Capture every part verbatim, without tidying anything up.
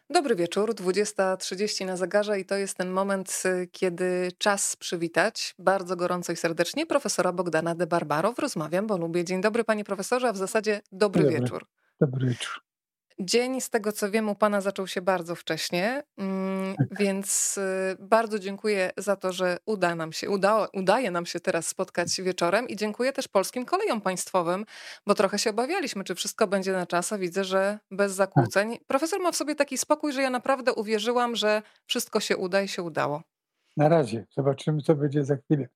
Dobry wieczór, dwudziesta trzydzieści na zegarze i to jest ten moment, y, kiedy czas przywitać bardzo gorąco i serdecznie profesora Bogdana de Barbaro. Rozmawiam, bo lubię. Dzień dobry panie profesorze, a w zasadzie Dzień dobry dobry. wieczór. Dobry wieczór. Dzień, z tego co wiem, u pana zaczął się bardzo wcześnie, mm, Tak. więc y, bardzo dziękuję za to, że uda nam się, udało, udaje nam się teraz spotkać wieczorem i dziękuję też Polskim Kolejom Państwowym, bo trochę się obawialiśmy, czy wszystko będzie na czas, a widzę, że bez Tak. zakłóceń. Profesor ma w sobie taki spokój, że ja naprawdę uwierzyłam, że wszystko się uda i się udało. Na razie. Zobaczymy, co będzie za chwilę.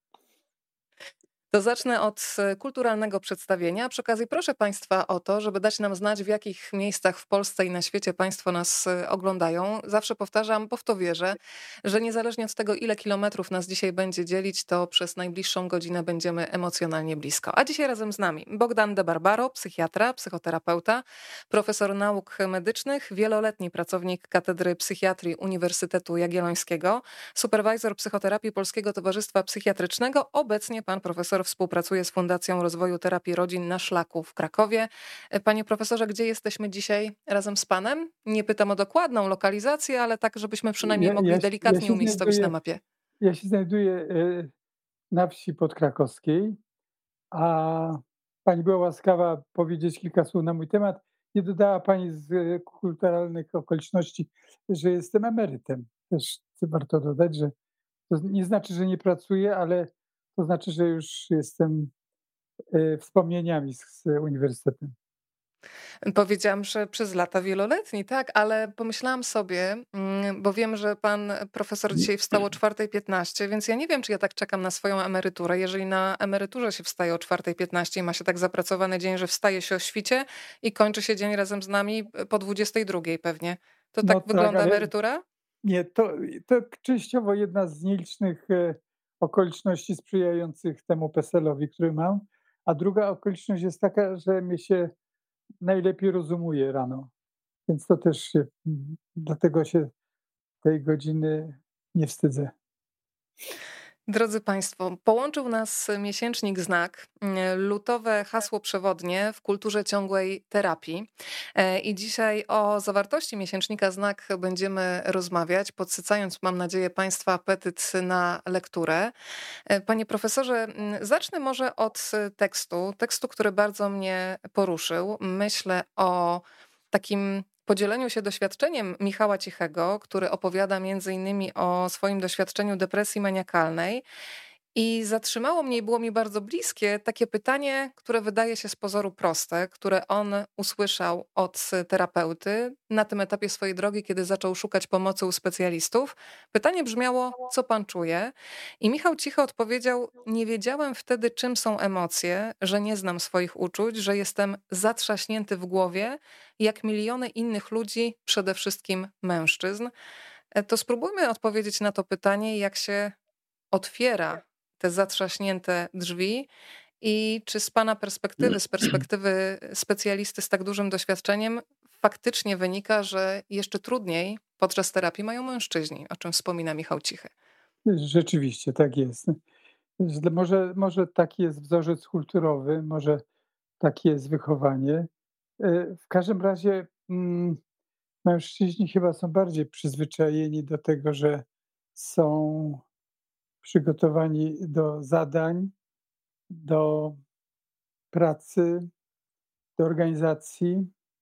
To zacznę od e, kulturalnego przedstawienia. Przy okazji proszę Państwa o to, żeby dać nam znać, w jakich miejscach w Polsce i na świecie Państwo nas e, oglądają. Zawsze powtarzam, bo w to wierzę, że niezależnie od tego, ile kilometrów nas dzisiaj będzie dzielić, to przez najbliższą godzinę będziemy emocjonalnie blisko. A dzisiaj razem z nami Bogdan de Barbaro, psychiatra, psychoterapeuta, profesor nauk medycznych, wieloletni pracownik Katedry Psychiatrii Uniwersytetu Jagiellońskiego, superwajzor psychoterapii Polskiego Towarzystwa Psychiatrycznego, obecnie pan profesor współpracuje z Fundacją Rozwoju Terapii Rodzin na Szlaku w Krakowie. Panie profesorze, gdzie jesteśmy dzisiaj razem z panem? Nie pytam o dokładną lokalizację, ale tak, żebyśmy przynajmniej Ja, mogli ja, się- ja delikatnie się umiejscowić na znajduję, mapie. ja się znajduję e, na wsi podkrakowskiej, a pani była łaskawa powiedzieć kilka słów na mój temat. Nie dodała pani z e, kulturalnych okoliczności, że jestem emerytem. Też warto dodać, że to nie znaczy, że nie pracuję, ale to znaczy, że już jestem e, wspomnieniami z, z uniwersytetem. Powiedziałam, że przez lata wieloletni, tak, ale pomyślałam sobie, mm, bo wiem, że pan profesor dzisiaj wstał o czwarta piętnaście, więc ja nie wiem, czy ja tak czekam na swoją emeryturę. Jeżeli na emeryturze się wstaje o czwarta piętnaście i ma się tak zapracowany dzień, że wstaje się o świcie i kończy się dzień razem z nami po dwudziestej drugiej pewnie. To tak No tak, wygląda ale emerytura? nie, to to częściowo jedna z nielicznych, e, okoliczności sprzyjających temu PESEL-owi, który mam, a druga okoliczność jest taka, że mnie się najlepiej rozumuje rano, więc to też się mhm, dlatego się tej godziny nie wstydzę. Drodzy Państwo, połączył nas miesięcznik Znak, mm, lutowe hasło przewodnie w kulturze ciągłej terapii. E, I dzisiaj o zawartości miesięcznika Znak będziemy rozmawiać, podsycając, mam nadzieję, Państwa apetyt na lekturę. E, Panie profesorze, mm, zacznę może od e, tekstu, tekstu, który bardzo mnie poruszył. Myślę o takim podzieleniu się doświadczeniem Michała Cichego, który opowiada między innymi o swoim doświadczeniu depresji maniakalnej. I zatrzymało mnie i było mi bardzo bliskie takie pytanie, które wydaje się z pozoru proste, które on usłyszał od terapeuty na tym etapie swojej drogi, kiedy zaczął szukać pomocy u specjalistów. Pytanie brzmiało: co pan czuje? I Michał cicho odpowiedział: nie wiedziałem wtedy, czym są emocje, że nie znam swoich uczuć, że jestem zatrzaśnięty w głowie, jak miliony innych ludzi, przede wszystkim mężczyzn. E, To spróbujmy odpowiedzieć na to pytanie, jak się otwiera te zatrzaśnięte drzwi i czy z pana perspektywy, z perspektywy specjalisty z tak dużym doświadczeniem faktycznie wynika, że jeszcze trudniej podczas terapii mają mężczyźni, o czym wspomina Michał Cichy. Rzeczywiście tak jest. Źle może może taki jest wzorzec kulturowy, może takie jest wychowanie. E, w każdym razie, mm mężczyźni chyba są bardziej przyzwyczajeni do tego, że są przygotowani do zadań, do pracy, do organizacji,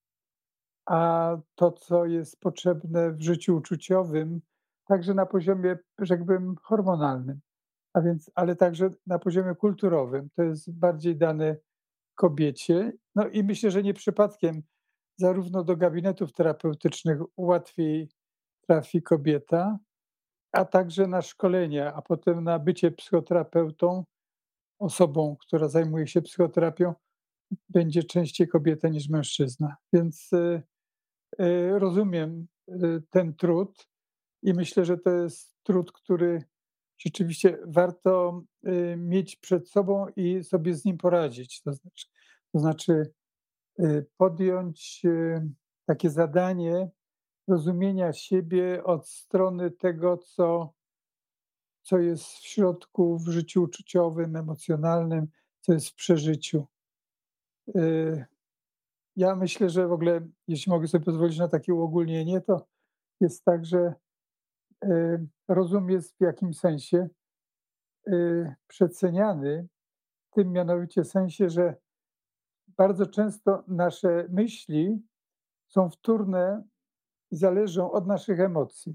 a to, co jest potrzebne w życiu uczuciowym, także na poziomie, rzekłbym, hormonalnym, a więc ale także na poziomie kulturowym, to jest bardziej dane kobiecie. No i myślę, że nie przypadkiem zarówno do gabinetów terapeutycznych łatwiej trafi kobieta, a także na szkolenia, a potem na bycie psychoterapeutą, osobą, która zajmuje się psychoterapią, będzie częściej kobieta niż mężczyzna. Więc y, y, rozumiem y, ten trud i myślę, że to jest trud, który rzeczywiście warto y, mieć przed sobą i sobie z nim poradzić. To znaczy, to znaczy y, podjąć y, takie zadanie rozumienia siebie od strony tego, co co jest w środku w życiu uczuciowym, emocjonalnym, co jest w przeżyciu. Y, ja myślę, że w ogóle, jeśli mogę sobie pozwolić na takie uogólnienie, to jest tak, że y, rozum jest w jakimś sensie y, przeceniany, w tym mianowicie sensie, że bardzo często nasze myśli są wtórne i zależą od naszych emocji.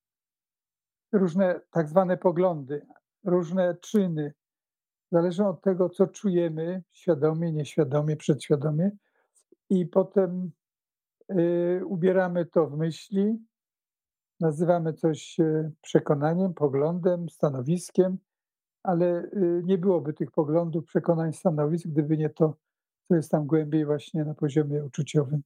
Różne tak zwane poglądy, różne czyny zależą od tego, co czujemy świadomie, nieświadomie, przedświadomie i potem y, ubieramy to w myśli, nazywamy coś e, przekonaniem, poglądem, stanowiskiem, ale y, nie byłoby tych poglądów, przekonań, stanowisk, gdyby nie to, co jest tam głębiej właśnie na poziomie uczuciowym.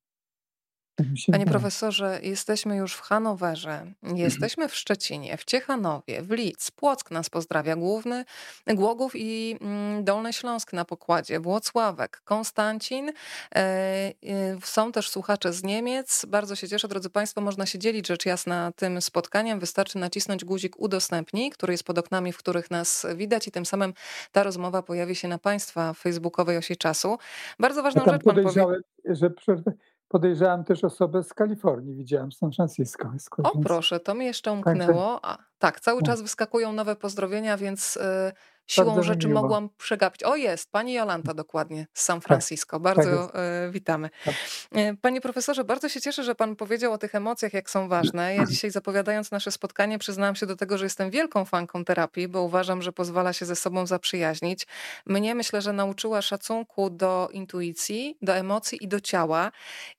Tak mi się Panie wydaje. profesorze, jesteśmy już w Hanowerze, jesteśmy w Szczecinie, w Ciechanowie, w Lidz, Płock nas pozdrawia, Główny, Głogów i mm, Dolny Śląsk na pokładzie, Włocławek, Konstancin. E, e, są też słuchacze z Niemiec. Bardzo się cieszę, drodzy Państwo, można się dzielić rzecz jasna tym spotkaniem. Wystarczy nacisnąć guzik udostępnij, który jest pod oknami, w których nas widać i tym samym ta rozmowa pojawi się na Państwa facebookowej osi czasu. Bardzo Ja ważną tam rzecz Pan powie. podejrzałem, że przerwę, podejrzewam też osobę z Kalifornii, widziałem, z San Francisco, jest, O więc proszę, to mi jeszcze także umknęło. A, tak, cały no, czas wyskakują nowe pozdrowienia, więc y, siłą bardzo mi rzeczy miło. mogłam przegapić. O, jest, pani Jolanta dokładnie z San Tak, Francisco. tak jest. Bardzo y, witamy. Tak. Y, Panie profesorze, bardzo się cieszę, że pan powiedział o tych emocjach, jak są ważne. Ja dzisiaj zapowiadając nasze spotkanie przyznałam się do tego, że jestem wielką fanką terapii, bo uważam, że pozwala się ze sobą zaprzyjaźnić. Mnie myślę, że nauczyła szacunku do intuicji, do emocji i do ciała.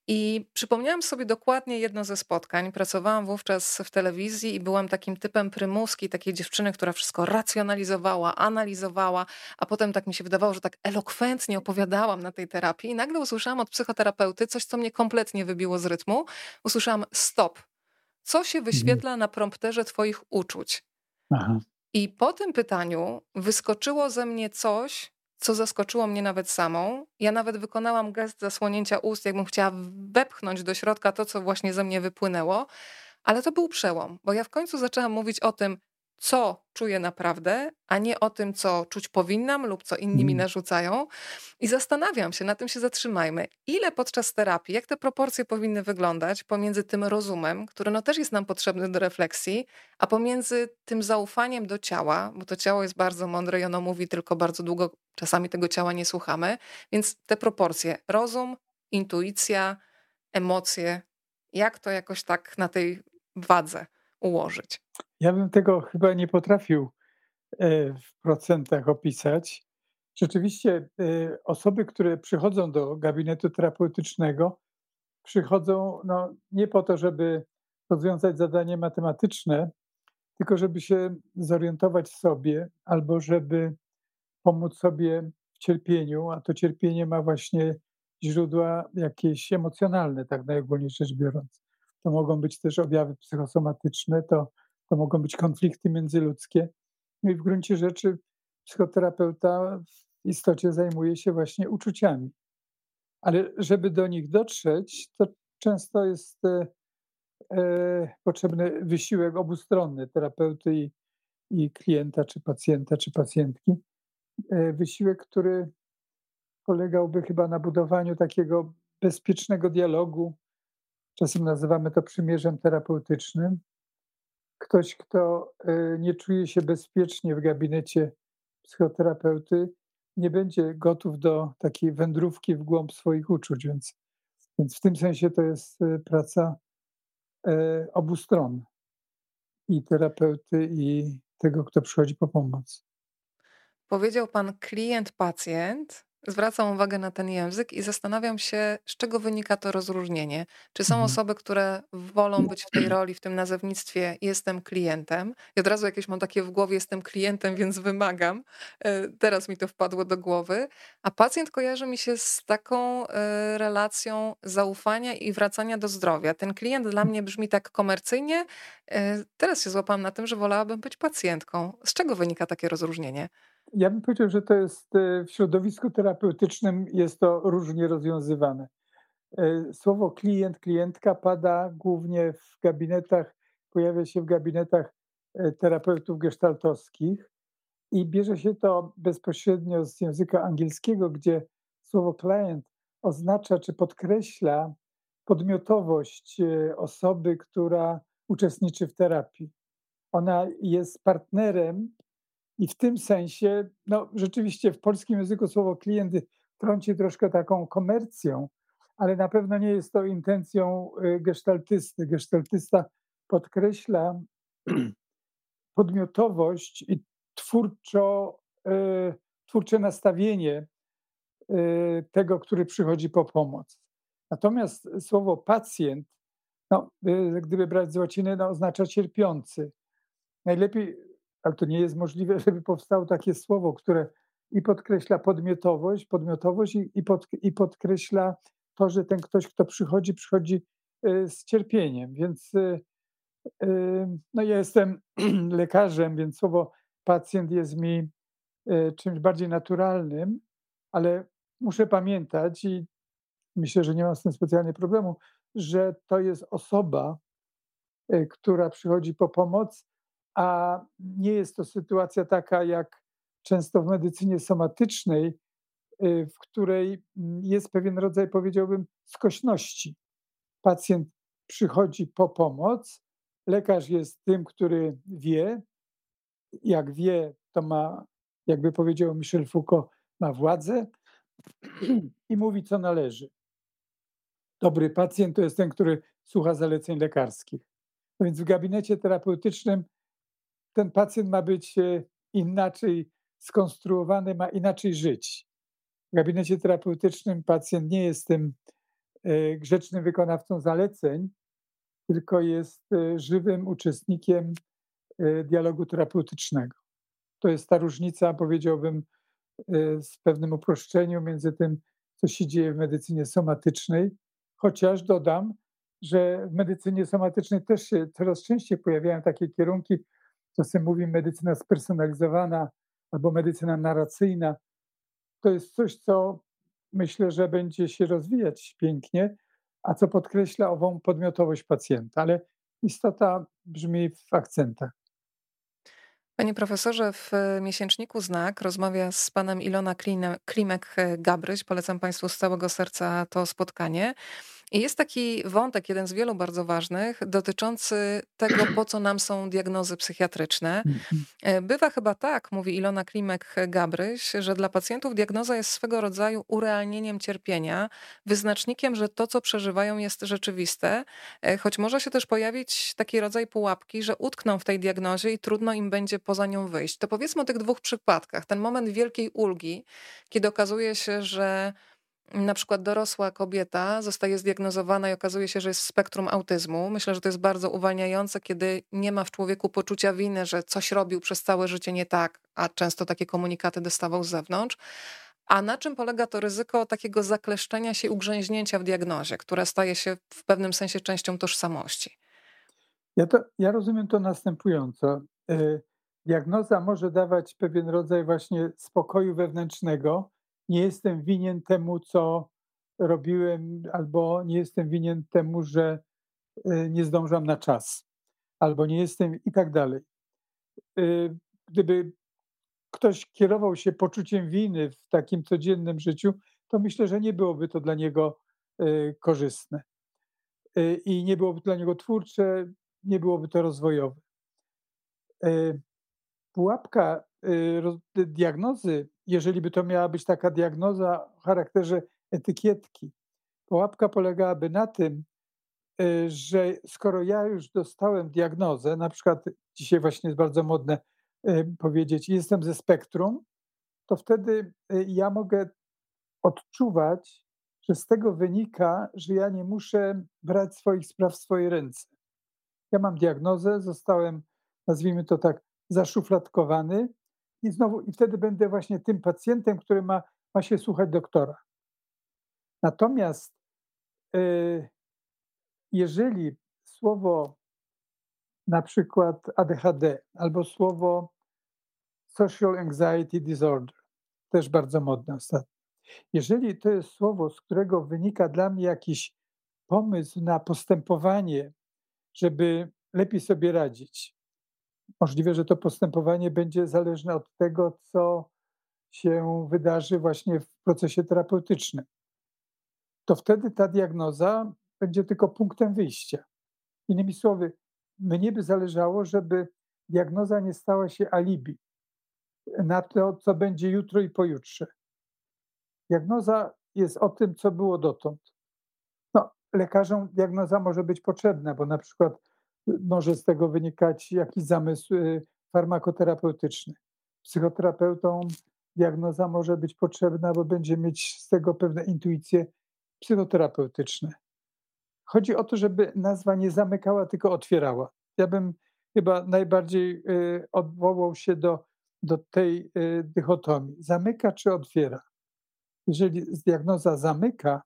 I przypomniałam sobie dokładnie jedno ze spotkań. Pracowałam wówczas w telewizji i byłam takim typem prymuski, takiej dziewczyny, która wszystko racjonalizowała, analizowała, a potem tak mi się wydawało, że tak elokwentnie opowiadałam na tej terapii i nagle usłyszałam od psychoterapeuty coś, co mnie kompletnie wybiło z rytmu. Usłyszałam stop. Co się Mhm. wyświetla na prompterze twoich uczuć? Aha. I po tym pytaniu wyskoczyło ze mnie coś, co zaskoczyło mnie nawet samą. Ja nawet wykonałam gest zasłonięcia ust, jakbym chciała wepchnąć do środka to, co właśnie ze mnie wypłynęło. Ale to był przełom, bo ja w końcu zaczęłam mówić o tym, co czuję naprawdę, a nie o tym, co czuć powinnam lub co inni mi Mhm. narzucają. I zastanawiam się, na tym się zatrzymajmy, ile podczas terapii, jak te proporcje powinny wyglądać pomiędzy tym rozumem, który no też jest nam potrzebny do refleksji, a pomiędzy tym zaufaniem do ciała, bo to ciało jest bardzo mądre i ono mówi, tylko bardzo długo czasami tego ciała nie słuchamy. Więc te proporcje, rozum, intuicja, emocje, jak to jakoś tak na tej wadze ułożyć? Ja bym tego chyba nie potrafił e, w procentach opisać. Rzeczywiście e, osoby, które przychodzą do gabinetu terapeutycznego, przychodzą no, nie po to, żeby rozwiązać zadanie matematyczne, tylko żeby się zorientować w sobie albo żeby pomóc sobie w cierpieniu, a to cierpienie ma właśnie źródła jakieś emocjonalne, tak najogólniej rzecz biorąc. To mogą być też objawy psychosomatyczne, to, to mogą być konflikty międzyludzkie. No i w gruncie rzeczy psychoterapeuta w istocie zajmuje się właśnie uczuciami. Ale żeby do nich dotrzeć, to często jest e, e, potrzebny wysiłek obustronny terapeuty i, i klienta, czy pacjenta, czy pacjentki. E, wysiłek, który polegałby chyba na budowaniu takiego bezpiecznego dialogu. Czasem nazywamy to przymierzem terapeutycznym. Ktoś, kto e, nie czuje się bezpiecznie w gabinecie psychoterapeuty, nie będzie gotów do takiej wędrówki w głąb swoich uczuć, więc, więc w tym sensie to jest e, praca e, obu stron, i terapeuty, i tego, kto przychodzi po pomoc. Powiedział pan klient-pacjent. Zwracam uwagę na ten język i zastanawiam się, z czego wynika to rozróżnienie. Czy są Mhm. osoby, które wolą być w tej roli, w tym nazewnictwie jestem klientem i od razu jakieś mam takie w głowie jestem klientem, więc wymagam. E, Teraz mi to wpadło do głowy. A pacjent kojarzy mi się z taką e, relacją zaufania i wracania do zdrowia. Ten klient dla mnie brzmi tak komercyjnie. E, Teraz się złapałam na tym, że wolałabym być pacjentką. Z czego wynika takie rozróżnienie? Ja bym powiedział, że to jest e, w środowisku terapeutycznym jest to różnie rozwiązywane. E, Słowo klient, klientka pada głównie w gabinetach, pojawia się w gabinetach e, terapeutów gestaltowskich i bierze się to bezpośrednio z języka angielskiego, gdzie słowo client oznacza czy podkreśla podmiotowość e, osoby, która uczestniczy w terapii. Ona jest partnerem i w tym sensie, no rzeczywiście w polskim języku słowo klient trąci troszkę taką komercją, ale na pewno nie jest to intencją y, gestaltysty. Gestaltysta podkreśla podmiotowość i twórczo, y, twórcze nastawienie y, tego, który przychodzi po pomoc. Natomiast słowo pacjent, no, y, gdyby brać z łaciny, no, oznacza cierpiący. Najlepiej, ale to nie jest możliwe, żeby powstało takie słowo, które i podkreśla podmiotowość, podmiotowość i, i, pod, i podkreśla to, że ten ktoś, kto przychodzi, przychodzi y, z cierpieniem. Więc y, y, no ja jestem lekarzem, więc słowo pacjent jest mi y, czymś bardziej naturalnym, ale muszę pamiętać i myślę, że nie mam z tym specjalnie problemu, że to jest osoba, y, która przychodzi po pomoc, a nie jest to sytuacja taka jak często w medycynie somatycznej, y, w której mm, jest pewien rodzaj, powiedziałbym, skośności. Pacjent przychodzi po pomoc, lekarz jest tym, który wie, jak wie, to ma, jakby powiedział Michel Foucault, ma władzę i mówi, co należy. Dobry pacjent to jest ten, który słucha zaleceń lekarskich. No więc w gabinecie terapeutycznym ten pacjent ma być e, inaczej skonstruowany, ma inaczej żyć. W gabinecie terapeutycznym pacjent nie jest tym e, grzecznym wykonawcą zaleceń, tylko jest e, żywym uczestnikiem e, dialogu terapeutycznego. To jest ta różnica, powiedziałbym, e, z pewnym uproszczeniem między tym, co się dzieje w medycynie somatycznej, chociaż dodam, że w medycynie somatycznej też się coraz częściej pojawiają takie kierunki, czasem mówimy medycyna spersonalizowana albo medycyna narracyjna. To jest coś, co myślę, że będzie się rozwijać pięknie, a co podkreśla ową podmiotowość pacjenta, ale istota brzmi w akcentach. Panie profesorze, w miesięczniku Znak rozmawia z panem Ilona Kline- Klimek-Gabryś. Polecam państwu z całego serca to spotkanie. I jest taki wątek, jeden z wielu bardzo ważnych, dotyczący tego, po co nam są diagnozy psychiatryczne. Mhm. E, Bywa chyba tak, mówi Ilona Klimek-Gabryś, że dla pacjentów diagnoza jest swego rodzaju urealnieniem cierpienia, wyznacznikiem, że to, co przeżywają, jest rzeczywiste, e, choć może się też pojawić taki rodzaj pułapki, że utkną w tej diagnozie i trudno im będzie poza nią wyjść. To powiedzmy o tych dwóch przypadkach. Ten moment wielkiej ulgi, kiedy okazuje się, że na przykład dorosła kobieta zostaje zdiagnozowana i okazuje się, że jest w spektrum autyzmu. Myślę, że to jest bardzo uwalniające, kiedy nie ma w człowieku poczucia winy, że coś robił przez całe życie nie tak, a często takie komunikaty dostawał z zewnątrz. A na czym polega to ryzyko takiego zakleszczenia się i ugrzęźnięcia w diagnozie, które staje się w pewnym sensie częścią tożsamości? Ja, to, ja rozumiem to następująco. E, Diagnoza może dawać pewien rodzaj właśnie spokoju wewnętrznego. Nie jestem winien temu, co robiłem, albo nie jestem winien temu, że e, nie zdążam na czas, albo nie jestem i tak dalej. E, Gdyby ktoś kierował się poczuciem winy w takim codziennym życiu, to myślę, że nie byłoby to dla niego e, korzystne e, i nie byłoby to dla niego twórcze, nie byłoby to rozwojowe. E, Pułapka y, roz diagnozy, jeżeli by to miała być taka diagnoza o charakterze etykietki, pułapka polegałaby na tym, y, że skoro ja już dostałem diagnozę, na przykład dzisiaj właśnie jest bardzo modne, y, powiedzieć: „Jestem ze spektrum”, to wtedy, y, ja mogę odczuwać, że z tego wynika, że ja nie muszę brać swoich spraw w swoje ręce. Ja mam diagnozę, zostałem, nazwijmy to tak, zaszufladkowany i znowu i wtedy będę właśnie tym pacjentem, który ma ma się słuchać doktora. Natomiast, y, jeżeli słowo na przykład A D H D albo słowo social anxiety disorder, też bardzo modne ostatnio. Jeżeli to jest słowo, z którego wynika dla mnie jakiś pomysł na postępowanie, żeby lepiej sobie radzić, możliwe, że to postępowanie będzie zależne od tego, co się wydarzy właśnie w procesie terapeutycznym. To wtedy ta diagnoza będzie tylko punktem wyjścia. Innymi słowy, mnie by zależało, żeby diagnoza nie stała się alibi na to, co będzie jutro i pojutrze. Diagnoza jest o tym, co było dotąd. No, lekarzom diagnoza może być potrzebna, bo na przykład y, może z tego wynikać jakiś zamysł y, farmakoterapeutyczny. Psychoterapeutom diagnoza może być potrzebna, bo będzie mieć z tego pewne intuicje psychoterapeutyczne. Chodzi o to, żeby nazwa nie zamykała, tylko otwierała. Ja bym chyba najbardziej y, odwołał się do, do tej y, dychotomii. Zamyka czy otwiera? Jeżeli diagnoza zamyka,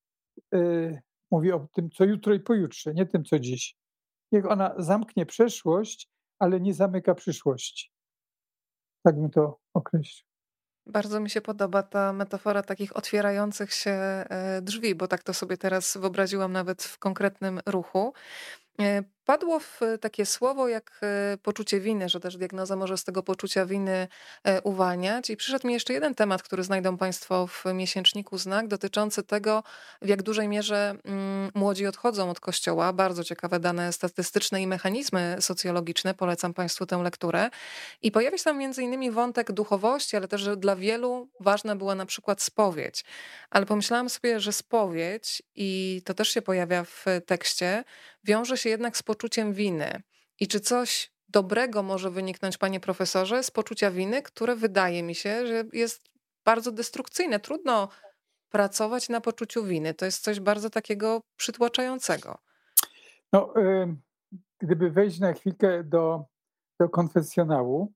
y, mówi o tym, co jutro i pojutrze, nie tym, co dziś. Niech ona zamknie przeszłość, ale nie zamyka przyszłości. Tak bym to określił. Bardzo mi się podoba ta metafora takich otwierających się e, drzwi, bo tak to sobie teraz wyobraziłam nawet w konkretnym ruchu. E, Padło w takie słowo jak e, poczucie winy, że też diagnoza może z tego poczucia winy e, uwalniać. I przyszedł mi jeszcze jeden temat, który znajdą Państwo w miesięczniku Znak, dotyczący tego, w jak dużej mierze mm, młodzi odchodzą od kościoła. Bardzo ciekawe dane statystyczne i mechanizmy socjologiczne. Polecam Państwu tę lekturę. I pojawia się tam między innymi wątek duchowości, ale też, że dla wielu ważna była na przykład spowiedź. Ale pomyślałam sobie, że spowiedź, i to też się pojawia w tekście, wiąże się jednak z poczuciem winy. I czy coś dobrego może wyniknąć, panie profesorze, z poczucia winy, które wydaje mi się, że jest bardzo destrukcyjne. Trudno pracować na poczuciu winy. To jest coś bardzo takiego przytłaczającego. No, y, gdyby wejść na chwilkę do, do konfesjonału,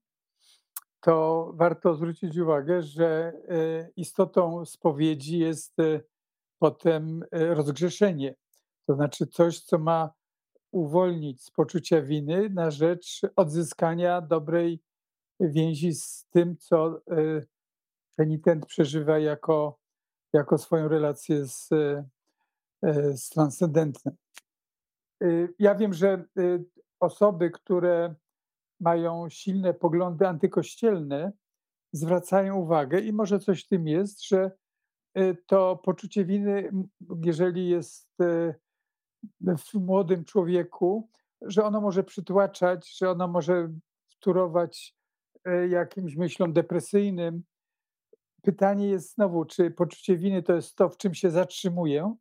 to warto zwrócić uwagę, że y, istotą spowiedzi jest y, potem y, rozgrzeszenie. To znaczy coś, co ma uwolnić z poczucia winy na rzecz odzyskania dobrej więzi z tym, co y, penitent przeżywa jako, jako swoją relację z, y, z transcendentem. Y, Ja wiem, że y, osoby, które mają silne poglądy antykościelne, zwracają uwagę i może coś w tym jest, że y, to poczucie winy, m, jeżeli jest y, w młodym człowieku, że ono może przytłaczać, że ono może wtórować y, jakimś myślom depresyjnym. Pytanie jest znowu, czy poczucie winy to jest to, w czym się zatrzymuję,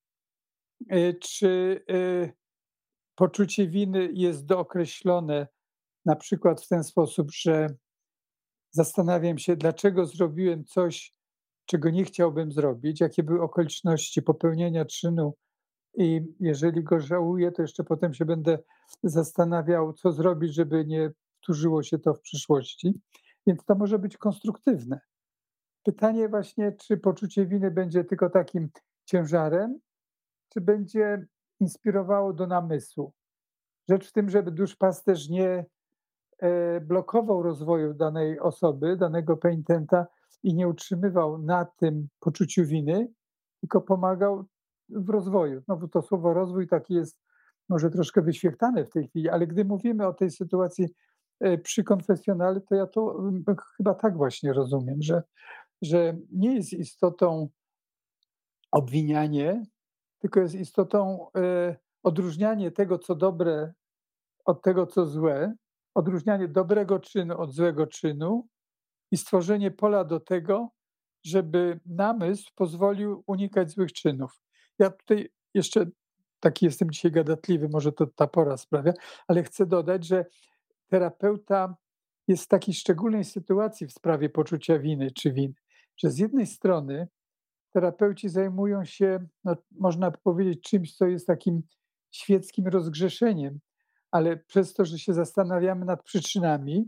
y, czy y, poczucie winy jest dookreślone na przykład w ten sposób, że zastanawiam się, dlaczego zrobiłem coś, czego nie chciałbym zrobić, jakie były okoliczności popełnienia czynu i jeżeli go żałuję, to jeszcze potem się będę zastanawiał, co zrobić, żeby nie powtórzyło się to w przyszłości. Więc to może być konstruktywne. Pytanie właśnie, czy poczucie winy będzie tylko takim ciężarem, czy będzie inspirowało do namysłu. Rzecz w tym, żeby duszpasterz nie e, blokował rozwoju danej osoby, danego penitenta i nie utrzymywał na tym poczuciu winy, tylko pomagał w rozwoju. Znowu to słowo rozwój taki jest może troszkę wyświechtane w tej chwili, ale gdy mówimy o tej sytuacji e, przy konfesjonale, to ja to mm, chyba tak właśnie rozumiem, że, że nie jest istotą obwinianie, tylko jest istotą e, odróżnianie tego, co dobre, od tego, co złe, odróżnianie dobrego czynu od złego czynu i stworzenie pola do tego, żeby namysł pozwolił unikać złych czynów. Ja tutaj jeszcze taki jestem dzisiaj gadatliwy, może to ta pora sprawia, ale chcę dodać, że terapeuta jest w takiej szczególnej sytuacji w sprawie poczucia winy czy win, że z jednej strony terapeuci zajmują się, no, można powiedzieć, czymś, co jest takim świeckim rozgrzeszeniem, ale przez to, że się zastanawiamy nad przyczynami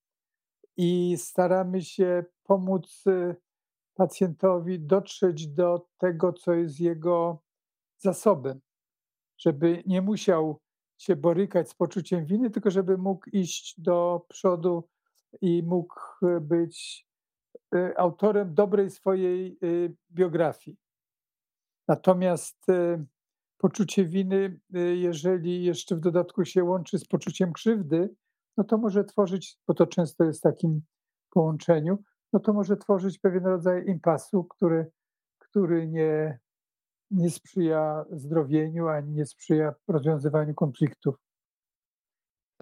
i staramy się pomóc y, pacjentowi dotrzeć do tego, co jest jego zasobem, żeby nie musiał się borykać z poczuciem winy, tylko żeby mógł iść do przodu i mógł y, być y, autorem dobrej swojej y, biografii. Natomiast y, poczucie winy, y, jeżeli jeszcze w dodatku się łączy z poczuciem krzywdy, no to może tworzyć, bo to często jest w takim połączeniu, no to może tworzyć pewien rodzaj impasu, który, który nie, nie sprzyja zdrowieniu ani nie sprzyja rozwiązywaniu konfliktów.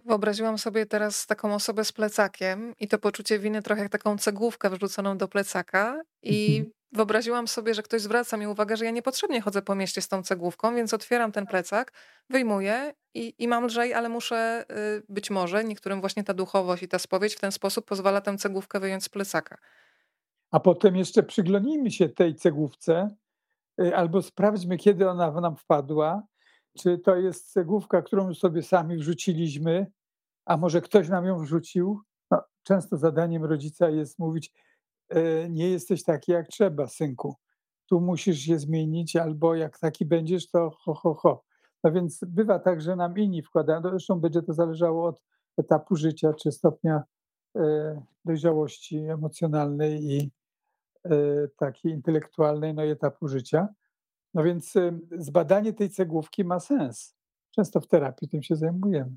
Wyobraziłam sobie teraz taką osobę z plecakiem i to poczucie winy trochę jak taką cegłówkę wrzuconą do plecaka Mhm. i wyobraziłam sobie, że ktoś zwraca mi uwagę, że ja niepotrzebnie chodzę po mieście z tą cegłówką, więc otwieram ten plecak, wyjmuję i, i mam lżej, ale muszę y, być może niektórym właśnie ta duchowość i ta spowiedź w ten sposób pozwala tę cegłówkę wyjąć z plecaka. A potem jeszcze przyglądnijmy się tej cegłówce, y, albo sprawdźmy, kiedy ona w nam wpadła. Czy to jest cegłówka, którą sobie sami wrzuciliśmy, a może ktoś nam ją wrzucił? No, często zadaniem rodzica jest mówić: e, "Nie jesteś taki jak trzeba, synku. Tu musisz się zmienić, albo jak taki będziesz, to ho, ho, ho". No więc bywa tak, że nam inni wkładają. No zresztą będzie to zależało od etapu życia czy stopnia e, dojrzałości emocjonalnej i e, takiej intelektualnej, no i etapu życia. No więc e, zbadanie tej cegłówki ma sens. Często w terapii tym się zajmujemy.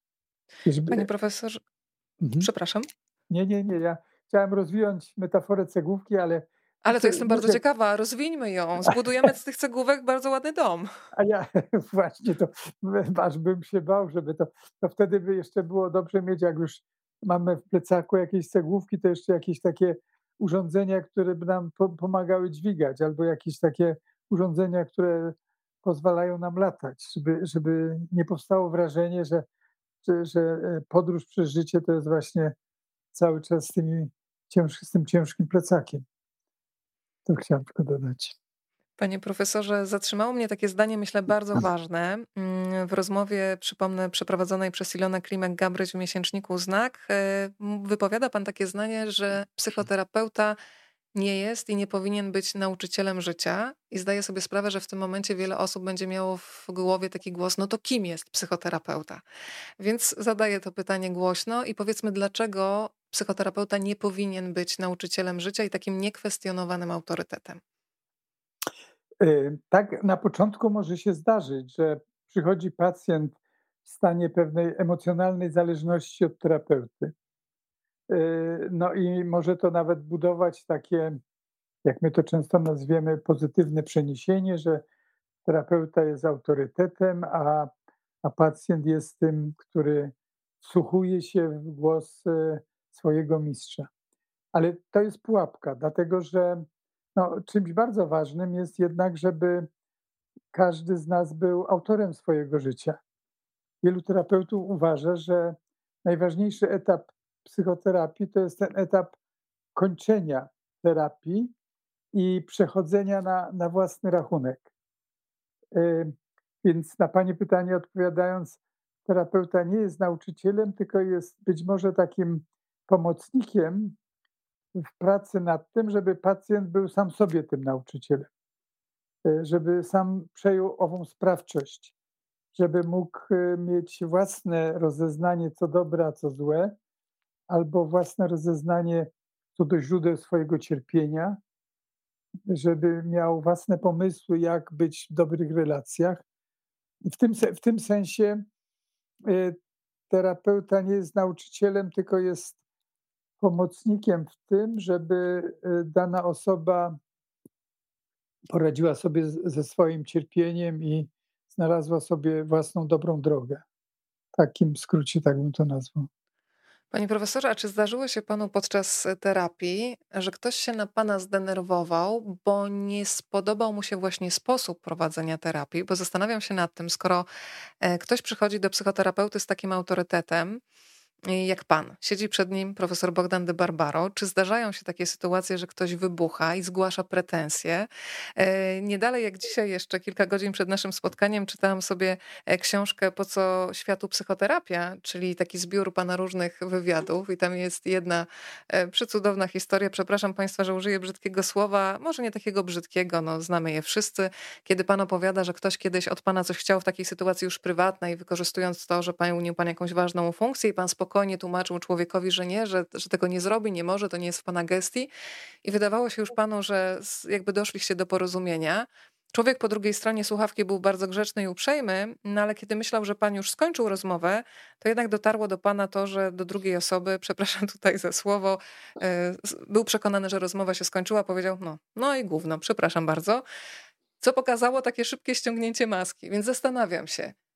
Panie Czyżby profesorze, mhm. przepraszam, Nie, nie, nie. Ja chciałem rozwinąć metaforę cegłówki, ale ale to chcę jestem bardzo muszę ciekawa, rozwińmy ją, zbudujemy z tych cegłówek bardzo ładny dom. a ja właśnie to aż bym się bał, żeby to to wtedy by jeszcze było dobrze mieć, jak już mamy w plecaku jakieś cegłówki, to jeszcze jakieś takie urządzenia, które by nam po pomagały dźwigać, albo jakieś takie urządzenia, które pozwalają nam latać, żeby żeby nie powstało wrażenie, że że że, e, podróż przez życie to jest właśnie cały czas z tymi cięż z tym ciężkim plecakiem. To chciałem tylko dodać. Panie profesorze, zatrzymało mnie takie zdanie, myślę, bardzo ważne. Mm, W rozmowie, przypomnę, przeprowadzonej przez Ilonę Klimek-Gabryś w miesięczniku Znak, e, m, wypowiada pan takie zdanie, że psychoterapeuta nie jest i nie powinien być nauczycielem życia. I zdaję sobie sprawę, że w tym momencie wiele osób będzie miało w głowie taki głos, no to kim jest psychoterapeuta? Więc zadaję to pytanie głośno i powiedzmy, dlaczego psychoterapeuta nie powinien być nauczycielem życia i takim niekwestionowanym autorytetem. Y, tak na początku może się zdarzyć, że przychodzi pacjent w stanie pewnej emocjonalnej zależności od terapeuty. Y, no i może to nawet budować takie, jak my to często nazwiemy, pozytywne przeniesienie, że terapeuta jest autorytetem, a, a pacjent jest tym, który wsłuchuje się w głos y, swojego mistrza. Ale to jest pułapka, dlatego że no, czymś bardzo ważnym jest jednak, żeby każdy z nas był autorem swojego życia. Wielu terapeutów uważa, że najważniejszy etap psychoterapii to jest ten etap kończenia terapii i przechodzenia na, na własny rachunek. Y, Więc na Pani pytanie odpowiadając, terapeuta nie jest nauczycielem, tylko jest być może takim pomocnikiem w pracy nad tym, żeby pacjent był sam sobie tym nauczycielem, y, żeby sam przejął ową sprawczość, żeby mógł y, mieć własne rozeznanie, co dobre, a co złe, albo własne rozeznanie co do źródeł swojego cierpienia, żeby miał własne pomysły, jak być w dobrych relacjach. I w tym, se- w tym sensie y, terapeuta nie jest nauczycielem, tylko jest pomocnikiem w tym, żeby y, dana osoba poradziła sobie z ze swoim cierpieniem i znalazła sobie własną dobrą drogę. W takim skrócie tak bym to nazwał. Panie profesorze, a czy zdarzyło się panu podczas e, terapii, że ktoś się na pana zdenerwował, bo nie spodobał mu się właśnie sposób prowadzenia terapii? Bo zastanawiam się nad tym, skoro e, ktoś przychodzi do psychoterapeuty z takim autorytetem, y, jak pan, siedzi przed nim profesor Bogdan de Barbaro, czy zdarzają się takie sytuacje, że ktoś wybucha i zgłasza pretensje? E, Nie dalej jak dzisiaj, jeszcze kilka godzin przed naszym spotkaniem, czytałam sobie e, książkę Po co światu psychoterapia, czyli taki zbiór pana różnych wywiadów i tam jest jedna e, przecudowna historia. Przepraszam państwa, że użyję brzydkiego słowa, może nie takiego brzydkiego, no znamy je wszyscy, kiedy pan opowiada, że ktoś kiedyś od pana coś chciał w takiej sytuacji już prywatnej, wykorzystując to, że pełnił pan jakąś ważną funkcję i pan spokojnie tłumaczył człowiekowi, że nie, że, że tego nie zrobi, nie może, to nie jest w pana gestii. I wydawało się już panu, że z- jakby doszliście do porozumienia. Człowiek po drugiej stronie słuchawki był bardzo grzeczny i uprzejmy, no ale kiedy myślał, że pan już skończył rozmowę, to jednak dotarło do pana to, że do drugiej osoby, przepraszam tutaj za słowo, e, s- był przekonany, że rozmowa się skończyła, powiedział: no, no i gówno, przepraszam bardzo, co pokazało takie szybkie ściągnięcie maski. Więc zastanawiam się,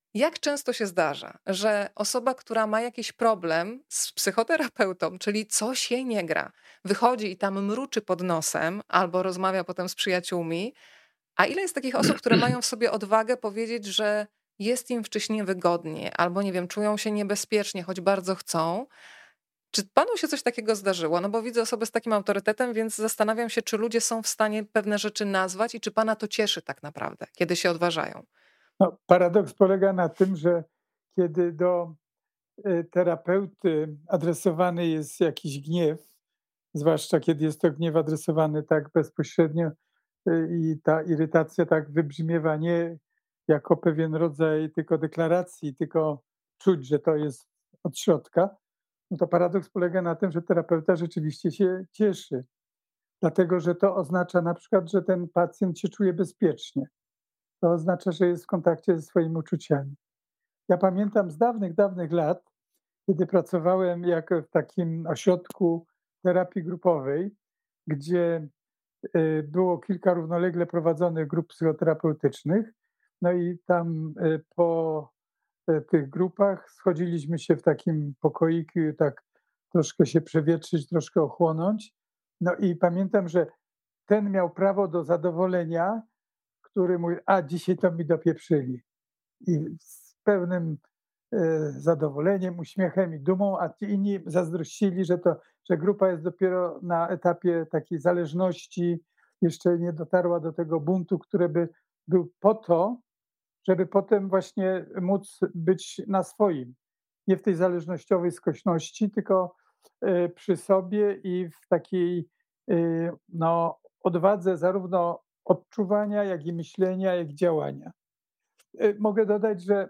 Jak często się zdarza, że osoba, która ma jakiś problem z psychoterapeutą, czyli coś jej nie gra, wychodzi i tam mruczy pod nosem albo rozmawia potem z przyjaciółmi, a ile jest takich osób, które mają w sobie odwagę powiedzieć, że jest im w czymś niewygodnie albo nie wiem, czują się niebezpiecznie, choć bardzo chcą. Czy panu się coś takiego zdarzyło? No bo widzę osobę z takim autorytetem, więc zastanawiam się, czy ludzie są w stanie pewne rzeczy nazwać i czy pana to cieszy tak naprawdę, kiedy się odważają. No, paradoks polega na tym, że kiedy do y, terapeuty adresowany jest jakiś gniew, zwłaszcza kiedy jest to gniew adresowany tak bezpośrednio y, i ta irytacja tak wybrzmiewa nie jako pewien rodzaj tylko deklaracji, tylko czuć, że to jest od środka, no to paradoks polega na tym, że terapeuta rzeczywiście się cieszy, dlatego że to oznacza na przykład, że ten pacjent się czuje bezpiecznie. To oznacza, że jest w kontakcie ze swoimi uczuciami. Ja pamiętam z dawnych, dawnych lat, kiedy pracowałem jako w takim ośrodku terapii grupowej, gdzie y, było kilka równolegle prowadzonych grup psychoterapeutycznych. No i tam y, po y, tych grupach schodziliśmy się w takim pokoiku, i tak troszkę się przewietrzyć, troszkę ochłonąć. No i pamiętam, że ten miał prawo do zadowolenia, który mówi: a dzisiaj to mi dopieprzyli. I z pewnym e, zadowoleniem, uśmiechem i dumą, a ci inni zazdrościli, że to, że grupa jest dopiero na etapie takiej zależności, jeszcze nie dotarła do tego buntu, który by był po to, żeby potem właśnie móc być na swoim. Nie w tej zależnościowej skośności, tylko e, przy sobie i w takiej e, no, odwadze zarówno odczuwania, jak i myślenia, jak i działania. E, Mogę dodać, że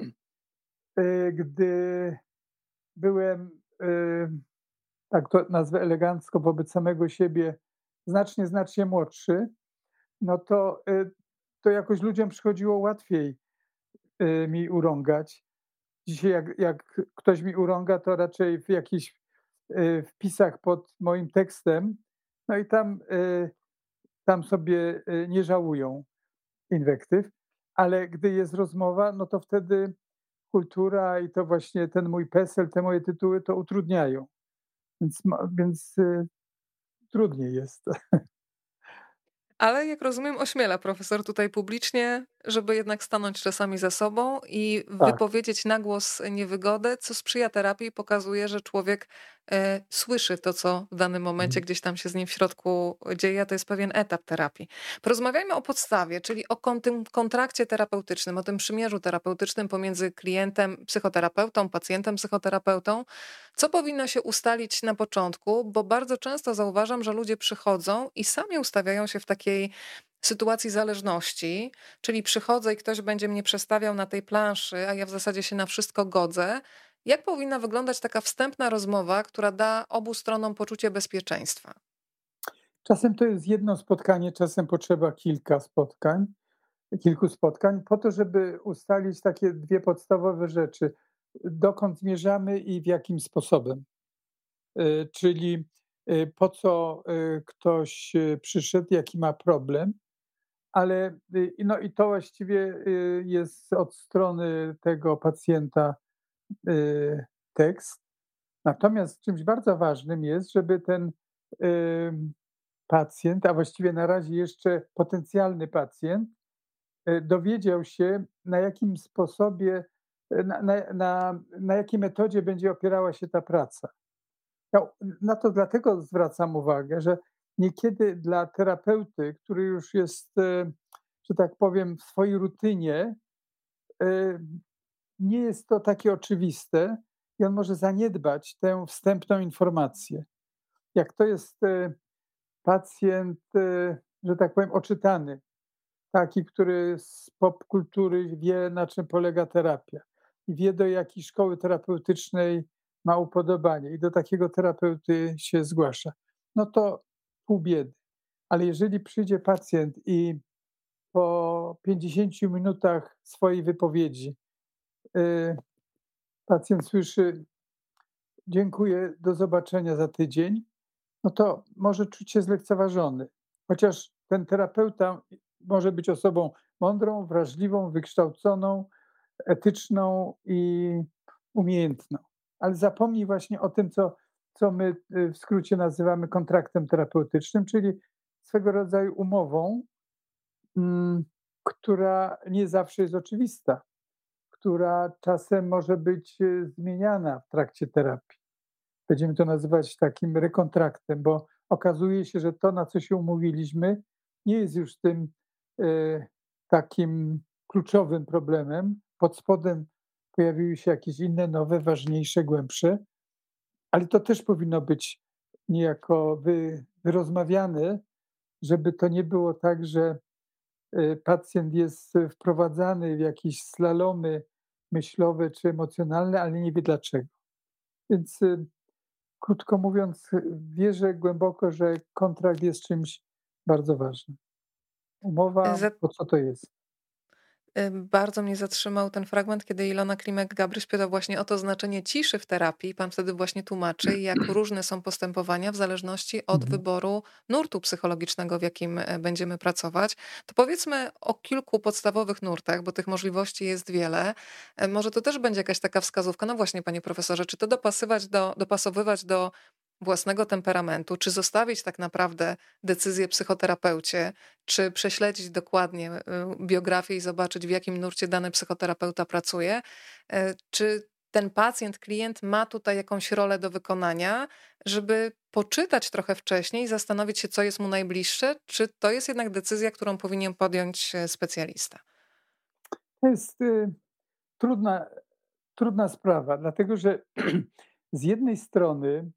e, gdy byłem, e, tak to nazwę elegancko, wobec samego siebie znacznie, znacznie młodszy, no to, e, to jakoś ludziom przychodziło łatwiej e, mi urągać. Dzisiaj jak, jak ktoś mi urąga, to raczej w jakichś e, wpisach pod moim tekstem, no i tam, e, tam sobie e, nie żałują inwektyw, ale gdy jest rozmowa, no to wtedy kultura i to właśnie ten mój PESEL, te moje tytuły to utrudniają, więc ma więc, y, trudniej jest. Ale jak rozumiem, ośmiela profesor tutaj publicznie, żeby jednak stanąć czasami za sobą i Tak. wypowiedzieć na głos niewygodę, co sprzyja terapii i pokazuje, że człowiek e, słyszy to, co w danym momencie Mhm. gdzieś tam się z nim w środku dzieje. To jest pewien etap terapii. Porozmawiajmy o podstawie, czyli o kon- tym kontrakcie terapeutycznym, o tym przymierzu terapeutycznym pomiędzy klientem, psychoterapeutą, pacjentem, psychoterapeutą. Co powinno się ustalić na początku? Bo bardzo często zauważam, że ludzie przychodzą i sami ustawiają się w takiej sytuacji zależności, czyli przychodzę i ktoś będzie mnie przestawiał na tej planszy, a ja w zasadzie się na wszystko godzę. Jak powinna wyglądać taka wstępna rozmowa, która da obu stronom poczucie bezpieczeństwa? Czasem to jest jedno spotkanie, czasem potrzeba kilka spotkań, kilku spotkań po to, żeby ustalić takie dwie podstawowe rzeczy: dokąd zmierzamy i w jakim sposobem. Y, czyli, y, po co, y, ktoś, y, przyszedł, jaki ma problem, ale, y, no i to właściwie, y, jest od strony tego pacjenta, y, tekst. Natomiast czymś bardzo ważnym jest, żeby ten, ym, pacjent, a właściwie na razie jeszcze potencjalny pacjent, y, dowiedział się, na jakim sposobie, y, na na na na jakiej metodzie będzie opierała się ta praca. Ja na to dlatego zwracam uwagę, że niekiedy dla terapeuty, który już jest, e, że tak powiem, w swojej rutynie, e, nie jest to takie oczywiste i on może zaniedbać tę wstępną informację. Jak to jest e, pacjent, e, że tak powiem, oczytany, taki, który z popkultury wie, na czym polega terapia i wie, do jakiej szkoły terapeutycznej ma upodobanie i do takiego terapeuty się zgłasza, no to pół biedy. Ale jeżeli przyjdzie pacjent i po pięćdziesięciu minutach swojej wypowiedzi, y, pacjent słyszy: „Dziękuję, do zobaczenia za tydzień”, no to może czuć się zlekceważony. Chociaż ten terapeuta może być osobą mądrą, wrażliwą, wykształconą, etyczną i umiejętną. Ale zapomnij właśnie o tym, co co my, y, w skrócie nazywamy kontraktem terapeutycznym, czyli swego rodzaju umową, mm, która nie zawsze jest oczywista, która czasem może być, y, zmieniana w trakcie terapii. Będziemy to nazywać takim rekontraktem, bo okazuje się, że to, na co się umówiliśmy, nie jest już tym, y, takim kluczowym problemem. Pod spodem pojawiły się jakieś inne, nowe, ważniejsze, głębsze, ale to też powinno być niejako wy wyrozmawiane, żeby to nie było tak, że, y, pacjent jest wprowadzany w jakieś slalomy myślowe czy emocjonalne, ale nie wie dlaczego. Więc, y, krótko mówiąc, y, wierzę głęboko, że kontrakt jest czymś bardzo ważnym. Umowa, Za po co to jest? Y, Bardzo mnie zatrzymał ten fragment, kiedy Ilona Klimek-Gabryś pyta właśnie o to znaczenie ciszy w terapii. Pan wtedy właśnie tłumaczy, jak różne są postępowania w zależności od Mhm. wyboru nurtu psychologicznego, w jakim e, będziemy pracować. To powiedzmy o kilku podstawowych nurtach, bo tych możliwości jest wiele. E, Może to też będzie jakaś taka wskazówka. No właśnie, panie profesorze, czy to dopasywać do, dopasowywać do własnego temperamentu, czy zostawić tak naprawdę decyzję psychoterapeucie, czy prześledzić dokładnie, y, biografię i zobaczyć, w jakim nurcie dany psychoterapeuta pracuje, e, czy ten pacjent, klient ma tutaj jakąś rolę do wykonania, żeby poczytać trochę wcześniej i zastanowić się, co jest mu najbliższe, czy to jest jednak decyzja, którą powinien podjąć e, specjalista? To jest, y, trudna trudna sprawa, dlatego że z jednej strony,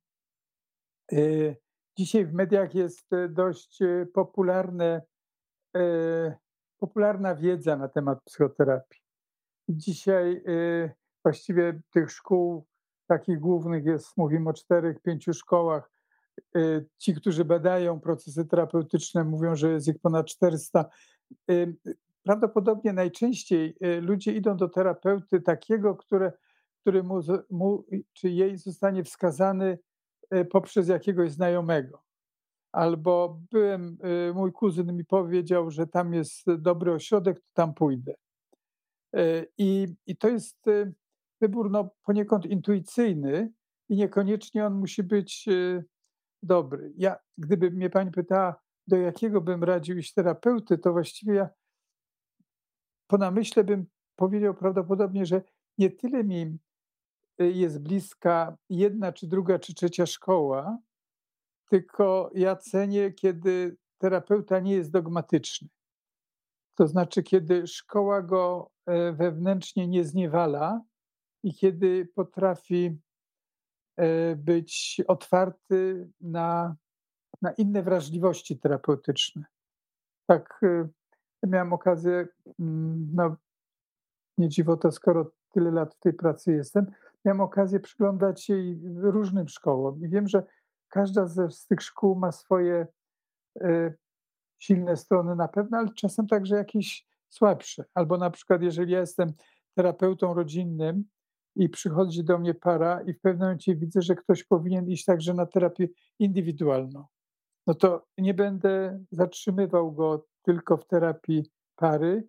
y, dzisiaj w mediach jest, y, dość, y, popularne, y, popularna wiedza na temat psychoterapii. Dzisiaj, y, właściwie tych szkół takich głównych jest, mówimy o czterech, pięciu szkołach. Y, ci, którzy badają procesy terapeutyczne, mówią, że jest ich ponad czterysta. Y, Prawdopodobnie najczęściej, y, ludzie idą do terapeuty takiego, które który mu z mu czy jej zostanie wskazany, y, poprzez jakiegoś znajomego. Albo byłem, y, mój kuzyn mi powiedział, że tam jest dobry ośrodek, to tam pójdę. E, I i to jest, y, wybór, no, poniekąd intuicyjny i niekoniecznie on musi być, y, dobry. Ja, gdyby mnie pani pytała, do jakiego bym radził iść terapeuty, to właściwie ja po namyśle bym powiedział prawdopodobnie, że nie tyle mi, y, jest bliska jedna czy druga, czy trzecia szkoła, tylko ja cenię, kiedy terapeuta nie jest dogmatyczny. To znaczy, kiedy szkoła go, e, wewnętrznie nie zniewala i kiedy potrafi, e, być otwarty na na inne wrażliwości terapeutyczne. Tak, y, miałem okazję, mm, no, nie dziwota, skoro tyle lat w tej pracy jestem, miałem okazję przyglądać się i różnym szkołom i wiem, że każda ze z tych szkół ma swoje, e, silne strony na pewno, ale czasem także jakieś słabsze. Albo na przykład, jeżeli ja jestem terapeutą rodzinnym i przychodzi do mnie para i w pewnym momencie widzę, że ktoś powinien iść także na terapię indywidualną, no to nie będę zatrzymywał go tylko w terapii pary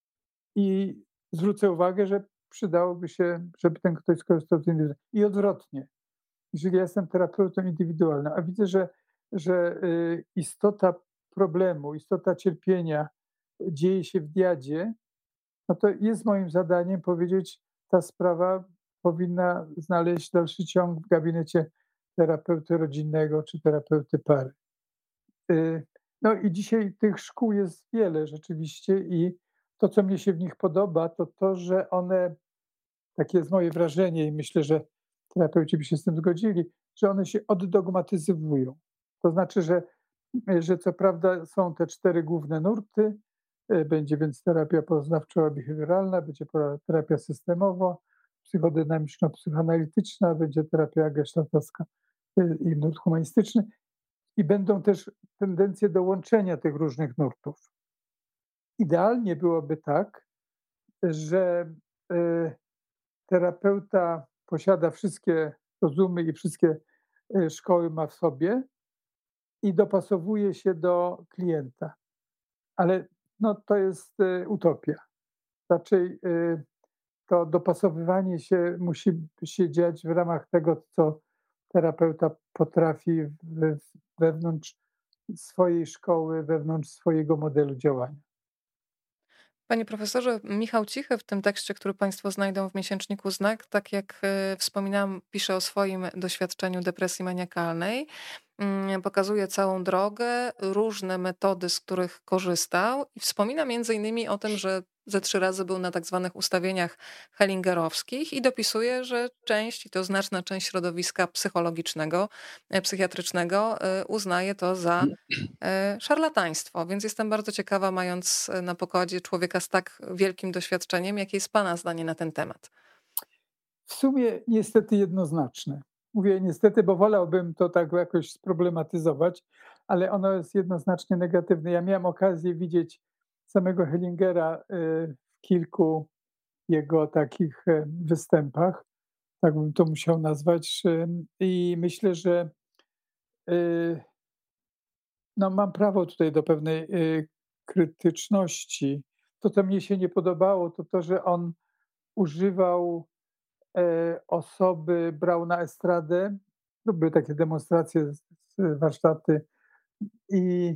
i zwrócę uwagę, że przydałoby się, żeby ten ktoś skorzystał z indywidualnej. I odwrotnie. Jeżeli ja jestem terapeutą indywidualnym, a widzę, że że, y, istota problemu, istota cierpienia dzieje się w diadzie, no to jest moim zadaniem powiedzieć: "Ta sprawa powinna znaleźć dalszy ciąg w gabinecie terapeuty rodzinnego czy terapeuty pary". Y, no i dzisiaj tych szkół jest wiele rzeczywiście i to, co mnie się w nich podoba, to to, że one, takie jest moje wrażenie i myślę, że terapeuci by się z tym zgodzili, że one się oddogmatyzowują. To znaczy, że że co prawda są te cztery główne nurty, y, będzie więc terapia poznawczo-behawioralna, będzie pora terapia systemowa, psychodynamiczno-psychoanalityczna, będzie terapia gestaltowska, y, i nurt humanistyczny i będą też tendencje do łączenia tych różnych nurtów. Idealnie byłoby tak, że, y, terapeuta posiada wszystkie rozumy i wszystkie, y, szkoły ma w sobie i dopasowuje się do klienta. Ale no, to jest, y, utopia. Raczej, y, to dopasowywanie się musi się dziać w ramach tego, co terapeuta potrafi we wewnątrz swojej szkoły, wewnątrz swojego modelu działania. Panie profesorze, Michał Cichy w tym tekście, który państwo znajdą w miesięczniku Znak, tak jak e, wspominałam, pisze o swoim doświadczeniu depresji maniakalnej. Mm, Pokazuje całą drogę, różne metody, z których korzystał i wspomina między innymi o tym, że ze trzy razy był na tak zwanych ustawieniach hellingerowskich i dopisuje, że część, i to znaczna część środowiska psychologicznego, e, psychiatrycznego e, uznaje to za e, szarlataństwo. Więc jestem bardzo ciekawa, mając e, na pokładzie człowieka z tak wielkim doświadczeniem, jakie jest pana zdanie na ten temat. W sumie niestety jednoznaczne. Mówię niestety, bo wolałbym to tak jakoś sproblematyzować, ale ono jest jednoznacznie negatywne. Ja miałem okazję widzieć samego Hellingera y, w kilku jego takich e, występach, tak bym to musiał nazwać. y, I myślę, że y, no, mam prawo tutaj do pewnej y, krytyczności. To, co mnie się nie podobało, to to, że on używał e, osoby, brał na estradę, to były takie demonstracje, z- z- warsztaty i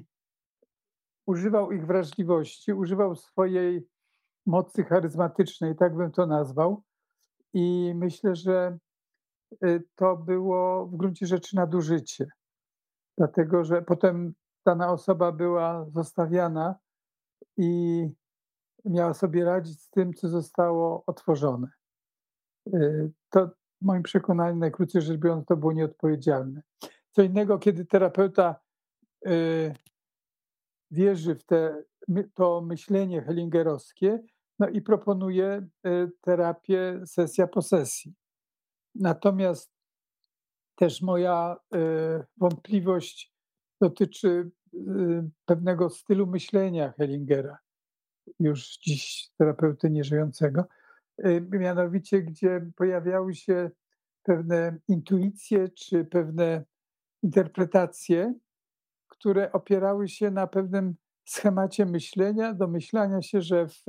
używał ich wrażliwości, używał swojej mocy charyzmatycznej, tak bym to nazwał. I myślę, że y, to było w gruncie rzeczy nadużycie, dlatego że potem dana osoba była zostawiana i miała sobie radzić z tym, co zostało otworzone. Y, To w moim przekonaniu, najkrócej rzecz biorąc, to było nieodpowiedzialne. Co innego, kiedy terapeuta y, wierzy w te, my- to myślenie hellingerowskie, no i proponuje y, terapię sesja po sesji. Natomiast też moja y, wątpliwość dotyczy y, pewnego stylu myślenia Hellingera, już dziś terapeuty nieżyjącego, y, mianowicie gdzie pojawiały się pewne intuicje czy pewne interpretacje, które opierały się na pewnym schemacie myślenia, domyślania się, że w,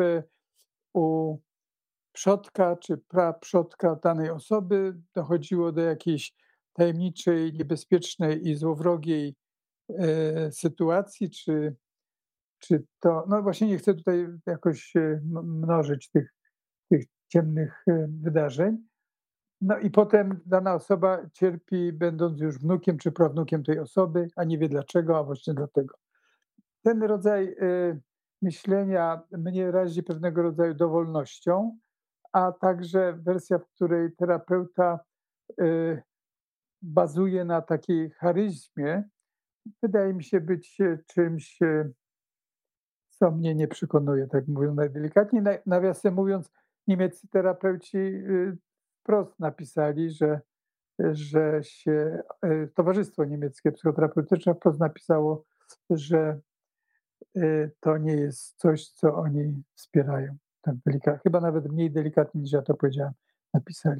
u przodka czy praprzodka danej osoby dochodziło do jakiejś tajemniczej, niebezpiecznej i złowrogiej e, sytuacji, czy, czy to, no właśnie nie chcę tutaj jakoś e, m- mnożyć tych, tych ciemnych e, wydarzeń. No i potem dana osoba cierpi, będąc już wnukiem czy prawnukiem tej osoby, a nie wie dlaczego, a właśnie dlatego. Ten rodzaj y, myślenia mnie razi pewnego rodzaju dowolnością, a także wersja, w której terapeuta y, bazuje na takiej charyzmie, wydaje mi się być e, czymś, e, co mnie nie przekonuje, tak mówiąc najdelikatniej. Na- Nawiasem mówiąc, niemieccy terapeuci y, wprost napisali, że, że się e, Towarzystwo Niemieckie Psychoterapeutyczne wprost napisało, że y, to nie jest coś, co oni wspierają. Tak delika chyba nawet mniej delikatnie niż ja to powiedziałem, napisali.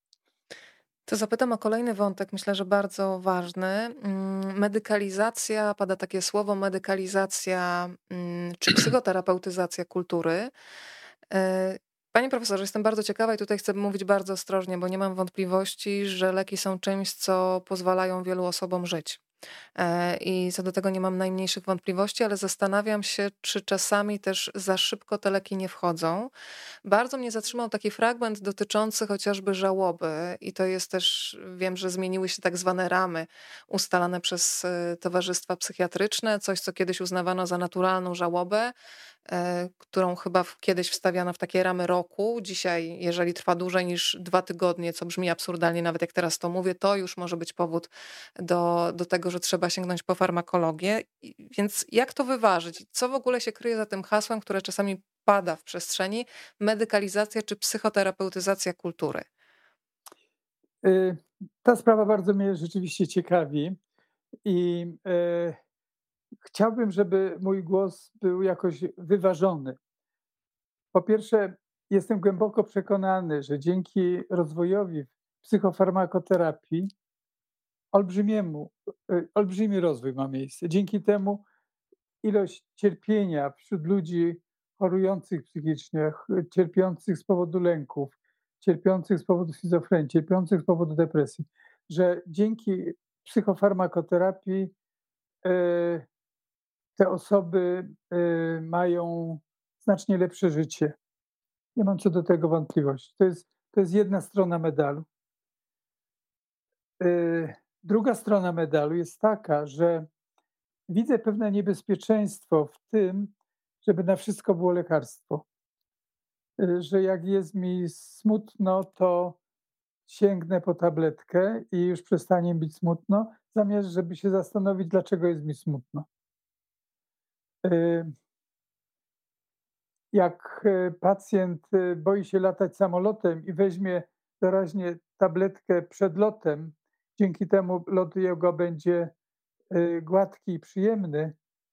To zapytam o kolejny wątek, myślę, że bardzo ważny. Mm, Medykalizacja, pada takie słowo medykalizacja mm, czy psychoterapeutyzacja kultury. E, Panie profesorze, jestem bardzo ciekawa i tutaj chcę mówić bardzo ostrożnie, bo nie mam wątpliwości, że leki są czymś, co pozwalają wielu osobom żyć. E, I co do tego nie mam najmniejszych wątpliwości, ale zastanawiam się, czy czasami też za szybko te leki nie wchodzą. Bardzo mnie zatrzymał taki fragment dotyczący chociażby żałoby, i to jest też, wiem, że zmieniły się tak zwane ramy ustalane przez e, towarzystwa psychiatryczne, coś, co kiedyś uznawano za naturalną żałobę, e, którą chyba w- kiedyś wstawiano w takie ramy roku. Dzisiaj, jeżeli trwa dłużej niż dwa tygodnie, co brzmi absurdalnie, nawet jak teraz to mówię, to już może być powód do, do tego, że trzeba sięgnąć po farmakologię. I- Więc jak to wyważyć? Co w ogóle się kryje za tym hasłem, które czasami pada w przestrzeni, medykalizacja czy psychoterapeutyzacja kultury? Y, Ta sprawa bardzo mnie rzeczywiście ciekawi i e, chciałbym, żeby mój głos był jakoś wyważony. Po pierwsze, jestem głęboko przekonany, że dzięki rozwojowi psychofarmakoterapii olbrzymiemu, y, olbrzymi rozwój ma miejsce. Dzięki temu ilość cierpienia wśród ludzi chorujących psychicznie, ch cierpiących z powodu lęków, cierpiących z powodu schizofrenii, cierpiących z powodu depresji, że dzięki psychofarmakoterapii, e, te osoby, e, mają znacznie lepsze życie. Nie mam co do tego wątpliwości. To jest to jest jedna strona medalu. Y, Druga strona medalu jest taka, że widzę pewne niebezpieczeństwo w tym, żeby na wszystko było lekarstwo. Y, Że jak jest mi smutno, to sięgnę po tabletkę i już przestanie mi być smutno, zamiast żeby się zastanowić, dlaczego jest mi smutno. Y, Jak y, pacjent y, boi się latać samolotem i weźmie doraźnie tabletkę przed lotem, dzięki temu lot jego będzie y, gładki i przyjemny,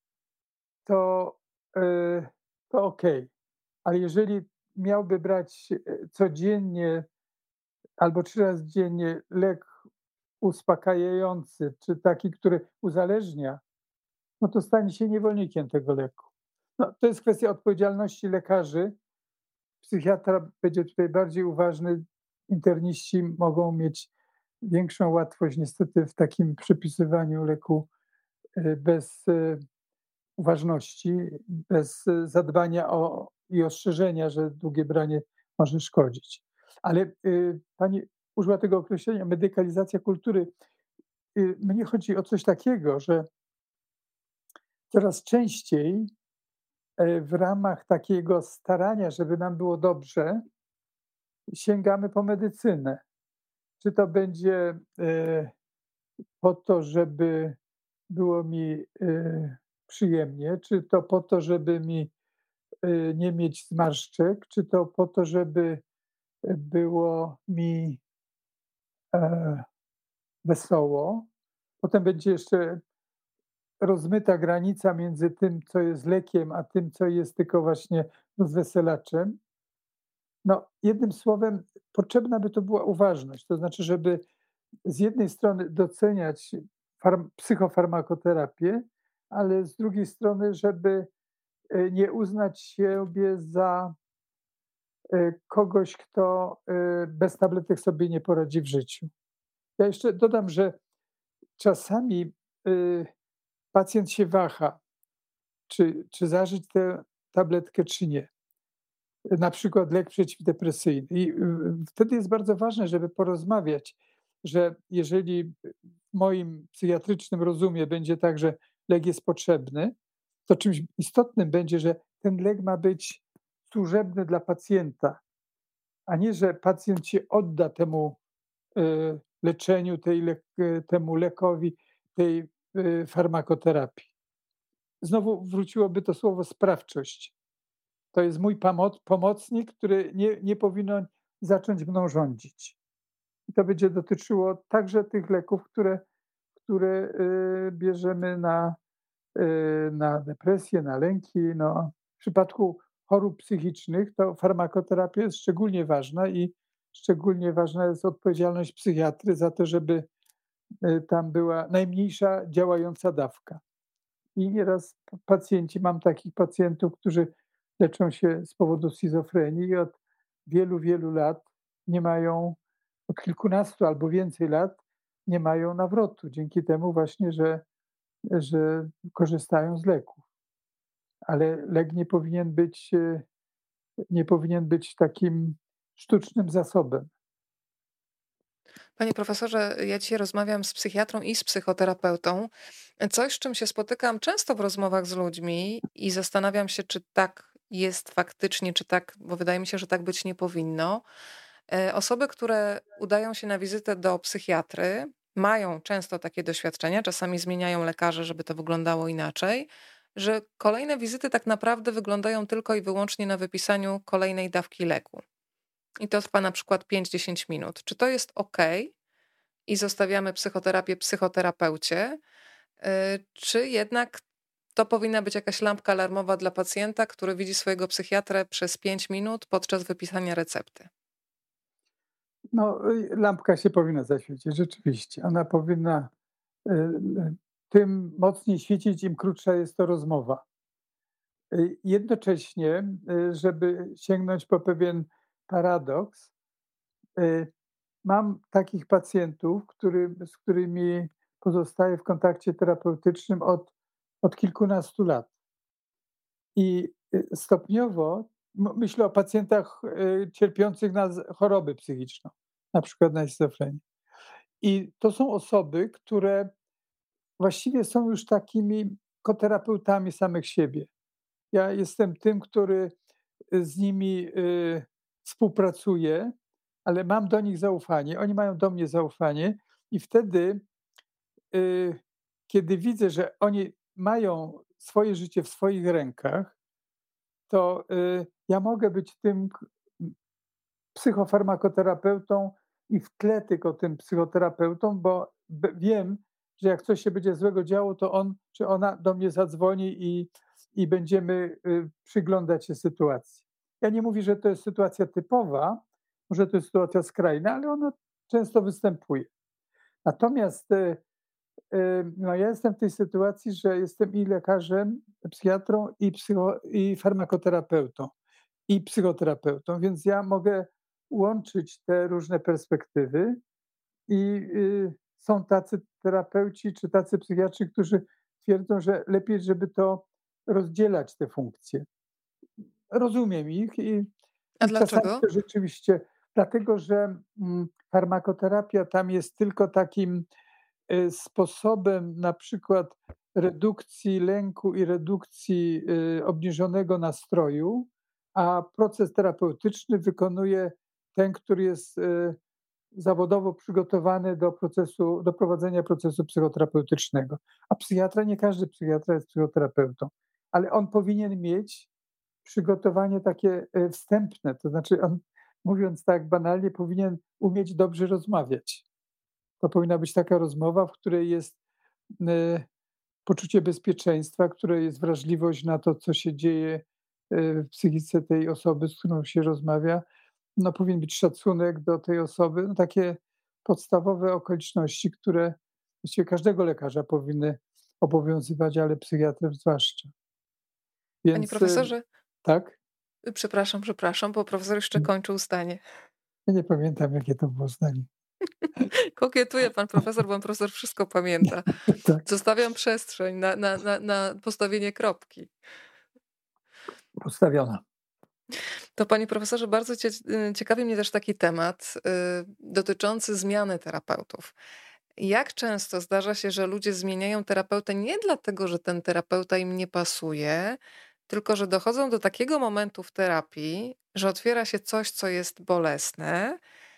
to, y, to okej. Ale jeżeli miałby brać y, codziennie albo trzy razy dziennie lek uspokajający, czy taki, który uzależnia, no to stanie się niewolnikiem tego leku. No, to jest kwestia odpowiedzialności lekarzy. Psychiatra będzie tutaj bardziej uważny. Interniści mogą mieć większą łatwość niestety w takim przepisywaniu leku y, bez y, uważności, bez y, zadbania o i ostrzeżenia, że długie branie może szkodzić. Ale y, pani użyła tego określenia medykalizacja kultury. Y, mnie chodzi o coś takiego, że coraz częściej e, w ramach takiego starania, żeby nam było dobrze, sięgamy po medycynę. Czy to będzie e, po to, żeby było mi e, przyjemnie, czy to po to, żeby mi e, nie mieć zmarszczek, czy to po to, żeby było mi e, wesoło. Potem będzie jeszcze rozmyta granica między tym, co jest lekiem, a tym, co jest tylko właśnie rozweselaczem. No, jednym słowem, potrzebna by to była uważność. To znaczy, żeby z jednej strony doceniać farm psychofarmakoterapię, ale z drugiej strony, żeby e, nie uznać siebie za e, kogoś, kto e, bez tabletek sobie nie poradzi w życiu. Ja jeszcze dodam, że czasami y, pacjent się waha, czy, czy zażyć tę tabletkę, czy nie. Na przykład lek przeciwdepresyjny. I y, wtedy jest bardzo ważne, żeby porozmawiać, że jeżeli w moim psychiatrycznym rozumie będzie tak, że lek jest potrzebny, to czymś istotnym będzie, że ten lek ma być służebny dla pacjenta, a nie, że pacjent się odda temu y, leczeniu, tej lek, y, temu lekowi, tej y, farmakoterapii. Znowu wróciłoby to słowo sprawczość. To jest mój pamo pomocnik, który nie nie powinien zacząć mną rządzić. I to będzie dotyczyło także tych leków, które które, y, bierzemy na, y, na depresję, na lęki. No, w przypadku chorób psychicznych to farmakoterapia jest szczególnie ważna i szczególnie ważna jest odpowiedzialność psychiatry za to, żeby, y, tam była najmniejsza działająca dawka. I nieraz p pacjenci mam takich pacjentów, którzy leczą się z powodu schizofrenii i od wielu, wielu lat nie mają, od kilkunastu albo więcej lat nie mają nawrotu. Dzięki temu właśnie, że że korzystają z leków. Ale lek nie powinien być, e, nie powinien być takim sztucznym zasobem. Panie profesorze, ja dzisiaj rozmawiam z psychiatrą i z psychoterapeutą. Coś, z czym się spotykam często w rozmowach z ludźmi i zastanawiam się, czy tak jest faktycznie, czy tak, bo wydaje mi się, że tak być nie powinno. E, Osoby, które udają się na wizytę do psychiatry, mają często takie doświadczenia, czasami zmieniają lekarze, żeby to wyglądało inaczej, że kolejne wizyty tak naprawdę wyglądają tylko i wyłącznie na wypisaniu kolejnej dawki leku. I to trwa na przykład pięć dziesięć minut. Czy to jest ok? I zostawiamy psychoterapię psychoterapeucie, y, czy jednak to powinna być jakaś lampka alarmowa dla pacjenta, który widzi swojego psychiatrę przez pięć minut podczas wypisania recepty? No, y, lampka się powinna zaświecić, rzeczywiście. Ona powinna, y, y, tym mocniej świecić, im krótsza jest to rozmowa. Y, jednocześnie, y, żeby sięgnąć po pewien paradoks, y, mam takich pacjentów, który z którymi pozostaję w kontakcie terapeutycznym od od kilkunastu lat. I, y, stopniowo m myślę o pacjentach, y, cierpiących na z chorobę psychiczną, na przykład na schizofrenię. I to są osoby, które właściwie są już takimi koterapeutami samych siebie. Ja jestem tym, który y, z nimi, y, współpracuje, ale mam do nich zaufanie, oni mają do mnie zaufanie i wtedy, y, kiedy widzę, że oni mają swoje życie w swoich rękach, to, y, ja mogę być tym k psychofarmakoterapeutą i w tle tylko tym psychoterapeutą, bo b wiem, że jak coś się będzie złego działo, to on czy ona do mnie zadzwoni i i będziemy, y, przyglądać się sytuacji. Ja nie mówię, że to jest sytuacja typowa, może to jest sytuacja skrajna, ale ona często występuje. Natomiast, y, y, no ja jestem w tej sytuacji, że jestem i lekarzem, psychiatrą, i psycho i farmakoterapeutą, i psychoterapeutą, więc ja mogę łączyć te różne perspektywy i, y, są tacy terapeuci czy tacy psychiatrzy, którzy twierdzą, że lepiej, żeby to rozdzielać te funkcje. Rozumiem ich i A i czasami dlaczego? to rzeczywiście dlatego, że, mm, farmakoterapia tam jest tylko takim, y, sposobem na przykład redukcji lęku i redukcji, y, obniżonego nastroju, a proces terapeutyczny wykonuje ten, który jest, y, zawodowo przygotowany do procesu do prowadzenia procesu psychoterapeutycznego. A psychiatra nie każdy psychiatra jest psychoterapeutą, ale on powinien mieć przygotowanie takie, y, wstępne, to znaczy on, mówiąc tak banalnie, powinien umieć dobrze rozmawiać. To powinna być taka rozmowa, w której jest, y, poczucie bezpieczeństwa, w której jest wrażliwość na to, co się dzieje, y, w psychice tej osoby, z którą się rozmawia. No, powinien być szacunek do tej osoby, no, takie podstawowe okoliczności, które właściwie każdego lekarza powinny obowiązywać, ale psychiatrę zwłaszcza. Panie Więc, y profesorze, tak? y, przepraszam, przepraszam, bo profesor jeszcze kończył zdanie. Ja nie pamiętam, jakie to było zdanie. Kokietuje pan profesor, bo pan profesor wszystko pamięta. Tak, Zostawiam przestrzeń na na na na postawienie kropki. postawiona. To panie profesorze, bardzo cie y, ciekawi mnie też taki temat, y, dotyczący zmiany terapeutów. Jak często zdarza się, że ludzie zmieniają terapeutę nie dlatego, że ten terapeuta im nie pasuje, tylko że dochodzą do takiego momentu w terapii, że otwiera się coś, co jest bolesne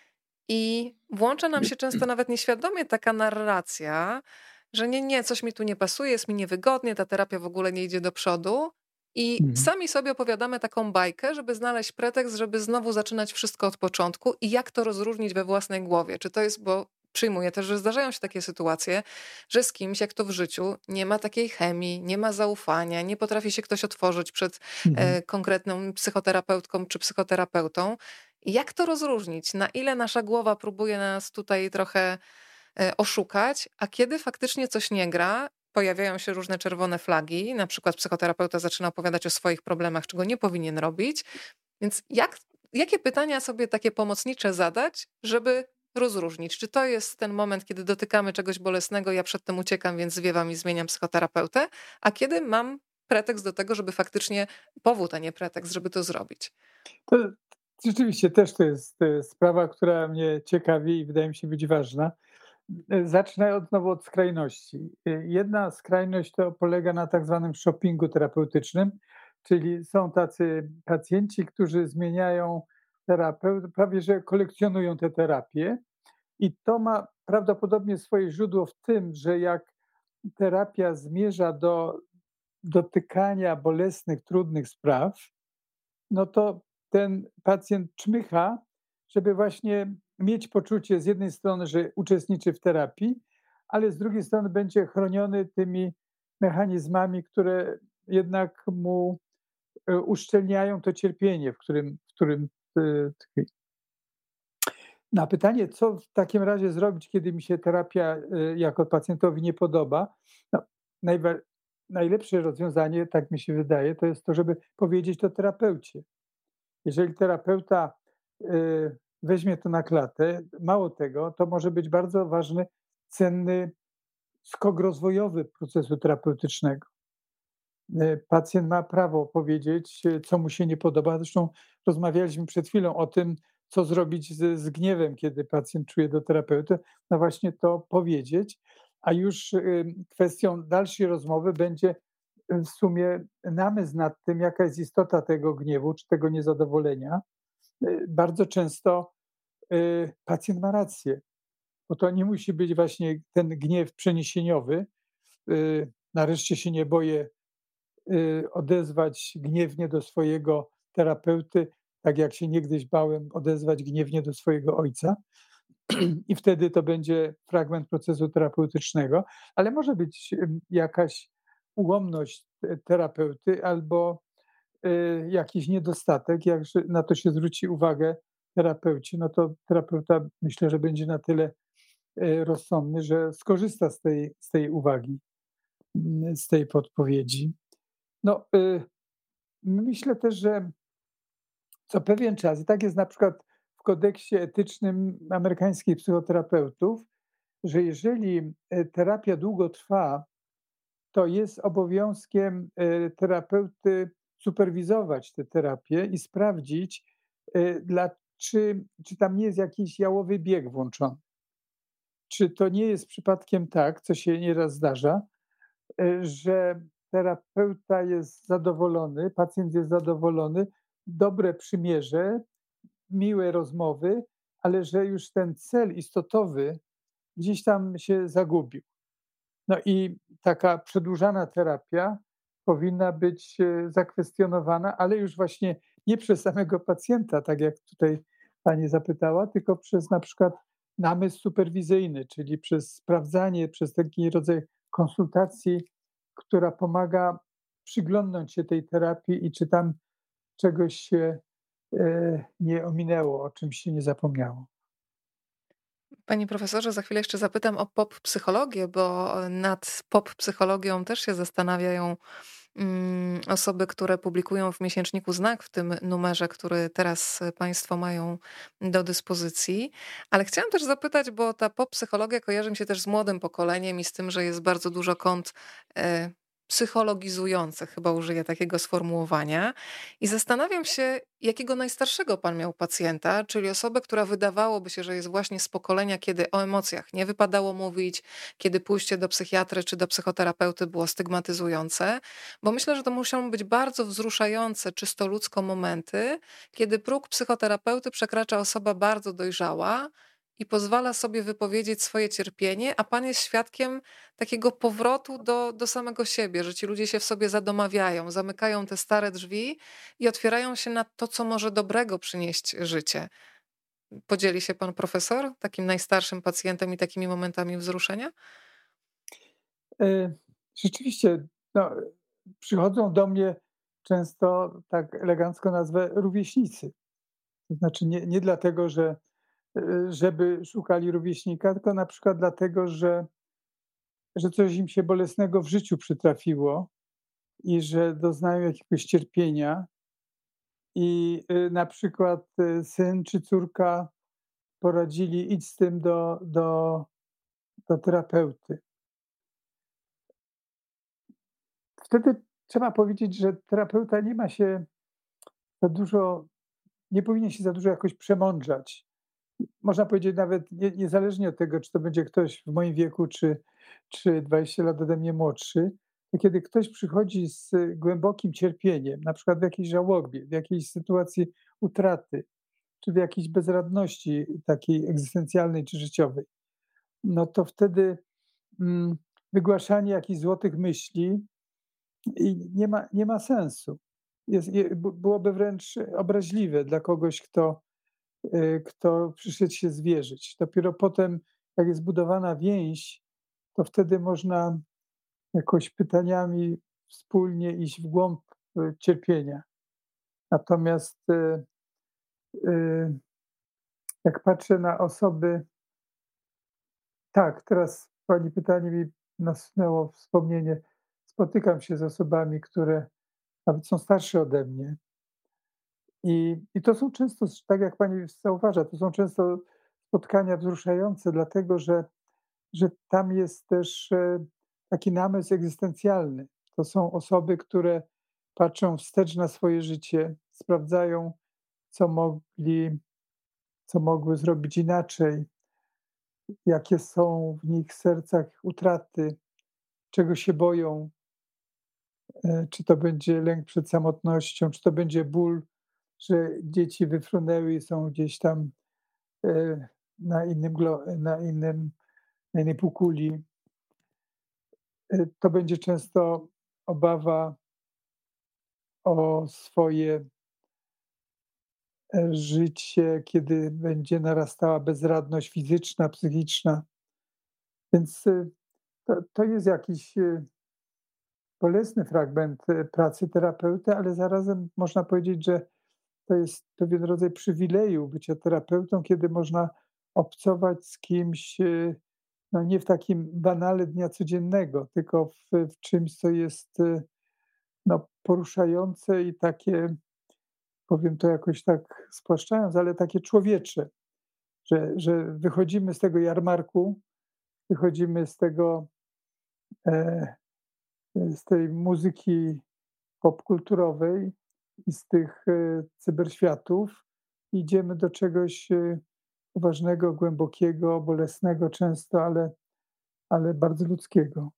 i włącza nam się często nawet nieświadomie taka narracja, że nie, nie, coś mi tu nie pasuje, jest mi niewygodnie, ta terapia w ogóle nie idzie do przodu. I Mhm. sami sobie opowiadamy taką bajkę, żeby znaleźć pretekst, żeby znowu zaczynać wszystko od początku i jak to rozróżnić we własnej głowie. Czy to jest, bo przyjmuję też, że zdarzają się takie sytuacje, że z kimś, jak to w życiu, nie ma takiej chemii, nie ma zaufania, nie potrafi się ktoś otworzyć przed Mhm. e, konkretną psychoterapeutką czy psychoterapeutą. Jak to rozróżnić? Na ile nasza głowa próbuje nas tutaj trochę e, oszukać, a kiedy faktycznie coś nie gra, pojawiają się różne czerwone flagi, na przykład psychoterapeuta zaczyna opowiadać o swoich problemach, czego nie powinien robić. Więc jak, jakie pytania sobie takie pomocnicze zadać, żeby rozróżnić? Czy to jest ten moment, kiedy dotykamy czegoś bolesnego, ja przed tym uciekam, więc zwiewam i zmieniam psychoterapeutę, a kiedy mam pretekst do tego, żeby faktycznie, powód, a nie pretekst, żeby to zrobić? To rzeczywiście też to jest, e, sprawa, która mnie ciekawi i wydaje mi się być ważna. E, zacznę od znowu od skrajności. E, jedna skrajność to polega na tak zwanym shoppingu terapeutycznym, czyli są tacy pacjenci, którzy zmieniają terapeutę, prawie że kolekcjonują te terapie i to ma prawdopodobnie swoje źródło w tym, że jak terapia zmierza do dotykania bolesnych, trudnych spraw, no to ten pacjent czmycha, żeby właśnie mieć poczucie z jednej strony, że uczestniczy w terapii, ale z drugiej strony będzie chroniony tymi mechanizmami, które jednak mu, e, uszczelniają to cierpienie, w którym w którym, e, tkwi. Na pytanie, co w takim razie zrobić, kiedy mi się terapia, e, jako pacjentowi nie podoba, no, najwa najlepsze rozwiązanie, tak mi się wydaje, to jest to, żeby powiedzieć to terapeucie. Jeżeli terapeuta, y, weźmie to na klatę, mało tego, to może być bardzo ważny, cenny skok rozwojowy procesu terapeutycznego. Y, pacjent ma prawo powiedzieć, y, co mu się nie podoba. Zresztą rozmawialiśmy przed chwilą o tym, co zrobić z z gniewem, kiedy pacjent czuje do terapeuty. No właśnie to powiedzieć, a już, y, kwestią dalszej rozmowy będzie, y, w sumie namysł nad tym, jaka jest istota tego gniewu czy tego niezadowolenia. Y, bardzo często, y, pacjent ma rację, bo to nie musi być właśnie ten gniew przeniesieniowy. Y, nareszcie się nie boję, y, odezwać gniewnie do swojego terapeuty, tak jak się niegdyś bałem odezwać gniewnie do swojego ojca. I wtedy to będzie fragment procesu terapeutycznego, ale może być, ym, jakaś ułomność te terapeuty albo, y, jakiś niedostatek, jak że na to się zwróci uwagę terapeucie, no to terapeuta myślę, że będzie na tyle, y, rozsądny, że skorzysta z tej z tej uwagi, mm, z tej podpowiedzi. No, y, myślę też, że co pewien czas, i tak jest na przykład w kodeksie etycznym amerykańskich psychoterapeutów, że jeżeli, y, terapia długo trwa, to jest obowiązkiem, y, terapeuty superwizować tę terapię i sprawdzić, y, dla czy czy tam nie jest jakiś jałowy bieg włączony. Czy to nie jest przypadkiem tak, co się nieraz zdarza, y, że terapeuta jest zadowolony, pacjent jest zadowolony, dobre przymierze, miłe rozmowy, ale że już ten cel istotowy gdzieś tam się zagubił. No i taka przedłużana terapia powinna być, e, zakwestionowana, ale już właśnie nie przez samego pacjenta, tak jak tutaj pani zapytała, tylko przez na przykład namysł superwizyjny, czyli przez sprawdzanie, przez taki rodzaj konsultacji, która pomaga przyglądnąć się tej terapii i czy tam czegoś się, e, nie ominęło, o czymś się nie zapomniało. Panie profesorze, za chwilę jeszcze zapytam o pop psychologię, bo nad pop psychologią też się zastanawiają mm, osoby, które publikują w miesięczniku Znak, w tym numerze, który teraz Państwo mają do dyspozycji. Ale chciałam też zapytać, bo ta pop psychologia kojarzy mi się też z młodym pokoleniem i z tym, że jest bardzo dużo kont e, psychologizujących, chyba użyję takiego sformułowania. I zastanawiam się, jakiego najstarszego pan miał pacjenta, czyli osobę, która wydawałoby się, że jest właśnie z pokolenia, kiedy o emocjach nie wypadało mówić, kiedy pójście do psychiatry czy do psychoterapeuty było stygmatyzujące, bo myślę, że to muszą być bardzo wzruszające, czysto ludzko momenty, kiedy próg psychoterapeuty przekracza osoba bardzo dojrzała i pozwala sobie wypowiedzieć swoje cierpienie, a pan jest świadkiem takiego powrotu do, do samego siebie, że ci ludzie się w sobie zadomawiają, zamykają te stare drzwi i otwierają się na to, co może dobrego przynieść życie. Podzieli się pan profesor takim najstarszym pacjentem i takimi momentami wzruszenia? E, rzeczywiście, no, przychodzą do mnie często, tak elegancko nazwę, rówieśnicy. To znaczy nie nie dlatego, że, e, żeby szukali rówieśnika, tylko na przykład dlatego, że że coś im się bolesnego w życiu przytrafiło i że doznają jakiegoś cierpienia i, y, na przykład, y, syn czy córka poradzili: "Idź z tym do do do terapeuty". Wtedy trzeba powiedzieć, że terapeuta nie ma się za dużo nie powinien się za dużo jakoś przemądrzać. Można powiedzieć nawet nie niezależnie od tego, czy to będzie ktoś w moim wieku, czy czy dwadzieścia lat ode mnie młodszy, to kiedy ktoś przychodzi z głębokim cierpieniem, na przykład w jakiejś żałobie, w jakiejś sytuacji utraty, czy w jakiejś bezradności takiej egzystencjalnej czy życiowej, no to wtedy, mm, wygłaszanie jakichś złotych myśli i nie ma nie ma sensu. Jest je b byłoby wręcz obraźliwe dla kogoś, kto y, kto przyszedł się zwierzyć. Dopiero potem, jak jest zbudowana więź, to wtedy można jakoś pytaniami wspólnie iść w głąb, y, cierpienia. Natomiast, y, y, jak patrzę na osoby tak, teraz pani pytanie mi nasunęło wspomnienie spotykam się z osobami, które nawet są starsze ode mnie i i to są często, tak jak pani zauważa, to są często spotkania wzruszające, dlatego że że tam jest też, e, taki namysł egzystencjalny. To są osoby, które patrzą wstecz na swoje życie, sprawdzają, co mogli co mogły zrobić inaczej, jakie są w nich sercach utraty, czego się boją, e, czy to będzie lęk przed samotnością, czy to będzie ból, że dzieci wyfrunęły i są gdzieś tam, e, na innym glo na innym na innej półkuli. E, to będzie często obawa o swoje, e, życie, kiedy będzie narastała bezradność fizyczna, psychiczna. Więc, y, to to jest jakiś, y, bolesny fragment, y, pracy terapeuty, ale zarazem można powiedzieć, że to jest pewien rodzaj przywileju bycia terapeutą, kiedy można obcować z kimś, y, no nie w takim banale dnia codziennego, tylko w w czymś, co jest, y, no poruszające i takie, powiem to jakoś tak spłaszczając, ale takie człowiecze, że że wychodzimy z tego jarmarku, wychodzimy z tego, e, z tej muzyki popkulturowej i z tych, e, cyberświatów, idziemy do czegoś, e, ważnego, głębokiego, bolesnego często, ale ale bardzo ludzkiego.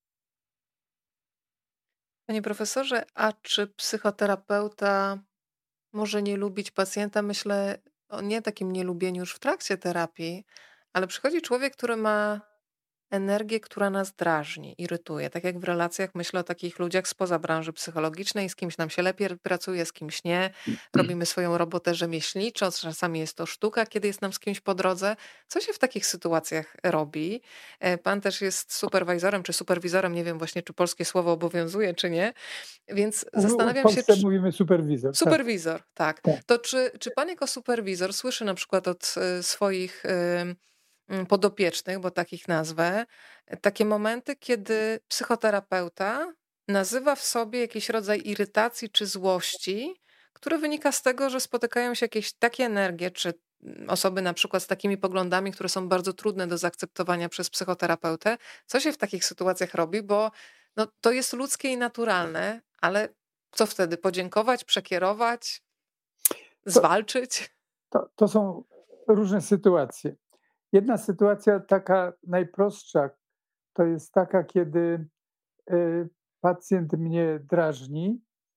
Panie profesorze, a czy psychoterapeuta może nie lubić pacjenta? Myślę o nie takim nielubieniu już w trakcie terapii, ale przychodzi człowiek, który ma energię, która nas drażni, irytuje. Tak jak w relacjach myślę o takich ludziach spoza branży psychologicznej, z kimś nam się lepiej pracuje, z kimś nie. Robimy swoją robotę rzemieślniczo, czasami jest to sztuka, kiedy jest nam z kimś po drodze. Co się w takich sytuacjach robi? E, Pan też jest superwajzorem czy superwizorem, nie wiem właśnie, czy polskie słowo obowiązuje, czy nie, więc U w zastanawiam się, Polsce czy... mówimy superwizor, tak, Superwizor, tak. tak. To czy czy pan jako superwizor słyszy na przykład od, y, swoich, ym, mm, podopiecznych, bo takich nazwę, e, takie momenty, kiedy psychoterapeuta nazywa w sobie jakiś rodzaj irytacji czy złości, który wynika z tego, że spotykają się jakieś takie energie, czy, mm, osoby na przykład z takimi poglądami, które są bardzo trudne do zaakceptowania przez psychoterapeutę. Co się w takich sytuacjach robi? Bo, no, to jest ludzkie i naturalne, ale co wtedy? Podziękować, przekierować, To zwalczyć? to to są różne sytuacje. Jedna sytuacja taka najprostsza, to jest taka, kiedy, y, pacjent mnie drażni.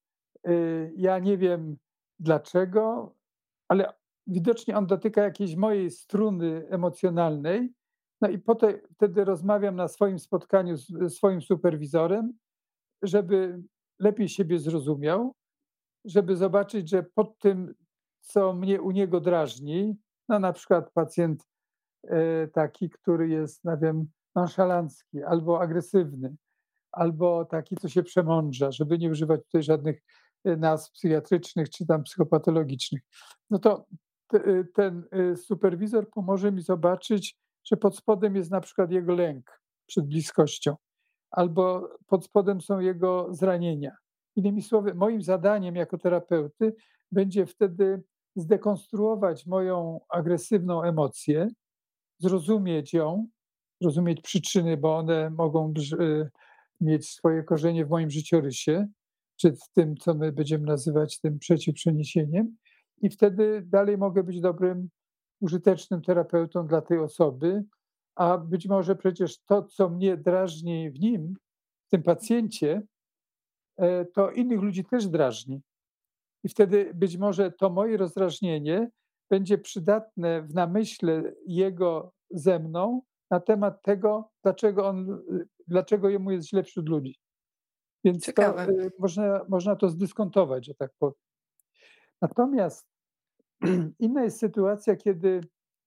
Y, ja nie wiem dlaczego, ale widocznie on dotyka jakiejś mojej struny emocjonalnej. No i potem wtedy rozmawiam na swoim spotkaniu z ze swoim superwizorem, żeby lepiej siebie zrozumiał, żeby zobaczyć, że pod tym, co mnie u niego drażni, no na przykład pacjent, e, taki, który jest, nie wiem, nonszalancki albo agresywny, albo taki, co się przemądrza, żeby nie używać tutaj żadnych, e, nazw psychiatrycznych czy tam psychopatologicznych. No to t y, ten, y, superwizor pomoże mi zobaczyć, że pod spodem jest na przykład jego lęk przed bliskością, albo pod spodem są jego zranienia. Innymi słowy, moim zadaniem jako terapeuty będzie wtedy zdekonstruować moją agresywną emocję, zrozumieć ją, zrozumieć przyczyny, bo one mogą brz y, mieć swoje korzenie w moim życiorysie, czy w tym, co my będziemy nazywać tym przeciwprzeniesieniem, i wtedy dalej mogę być dobrym, użytecznym terapeutą dla tej osoby, a być może przecież to, co mnie drażni w nim, w tym pacjencie, e, to innych ludzi też drażni. I wtedy być może to moje rozdrażnienie będzie przydatne w namyśle jego ze mną na temat tego, dlaczego on, y, dlaczego jemu jest źle wśród ludzi. Więc to, Ciekawe. y, można można to zdyskontować, że tak powiem. Natomiast inna jest sytuacja, kiedy,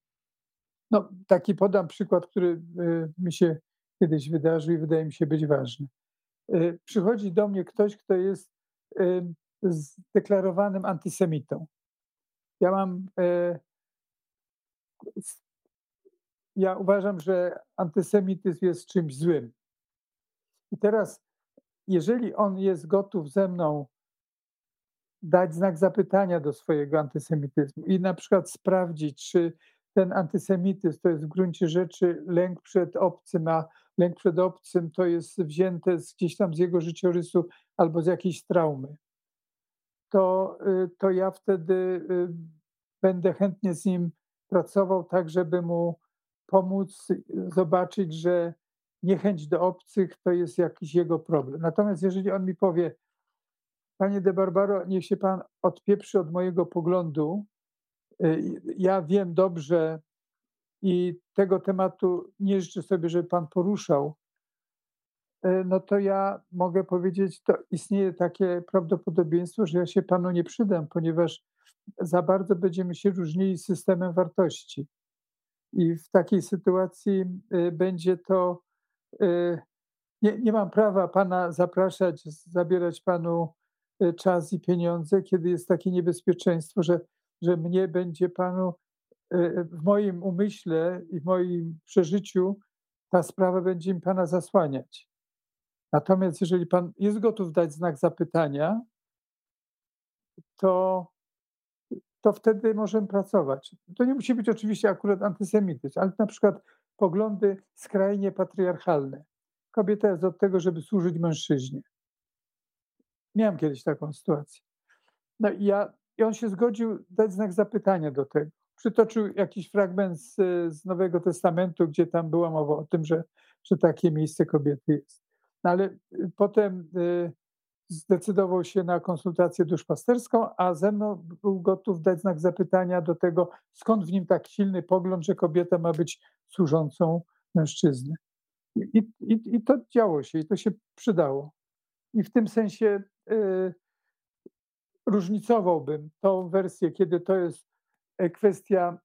no, taki podam przykład, który, y, mi się kiedyś wydarzył i wydaje mi się być ważny. Y, przychodzi do mnie ktoś, kto jest, ym, zdeklarowanym antysemitą. Ja mam, e, s ja uważam, że antysemityzm jest czymś złym. I teraz jeżeli on jest gotów ze mną dać znak zapytania do swojego antysemityzmu i na przykład sprawdzić, czy ten antysemityzm to jest w gruncie rzeczy lęk przed obcym, a lęk przed obcym to jest wzięte z, gdzieś tam z jego życiorysu albo z jakiejś traumy, to, y, to ja wtedy y, będę chętnie z nim pracował tak, żeby mu pomóc y, zobaczyć, że niechęć do obcych to jest jakiś jego problem. Natomiast jeżeli on mi powie: Panie de Barbaro, niech się pan odpieprzy od mojego poglądu. Y, Ja wiem dobrze i tego tematu nie życzę sobie, żeby pan poruszał, y, no to ja mogę powiedzieć, to istnieje takie prawdopodobieństwo, że ja się panu nie przydam, ponieważ za bardzo będziemy się różnili systemem wartości. I w takiej sytuacji y, będzie to. y, Nie, nie mam prawa pana zapraszać, zabierać panu y, czas i pieniądze, kiedy jest takie niebezpieczeństwo, że, że mnie będzie panu y, w moim umyśle i w moim przeżyciu ta sprawa będzie mi pana zasłaniać. Natomiast jeżeli pan jest gotów dać znak zapytania, to, to wtedy możemy pracować. To nie musi być oczywiście akurat antysemityzm, ale na przykład poglądy skrajnie patriarchalne. Kobieta jest od tego, żeby służyć mężczyźnie. Miałem kiedyś taką sytuację. No i ja i on się zgodził dać znak zapytania do tego. Przytoczył jakiś fragment z z Nowego Testamentu, gdzie tam była mowa o tym, że że takie miejsce kobiety jest. No ale, y, potem, y, zdecydował się na konsultację duszpasterską, a ze mną był gotów dać znak zapytania do tego, skąd w nim tak silny pogląd, że kobieta ma być służącą mężczyzny. I i i to działo się i to się przydało. I w tym sensie, y różnicowałbym tą wersję, kiedy to jest e, kwestia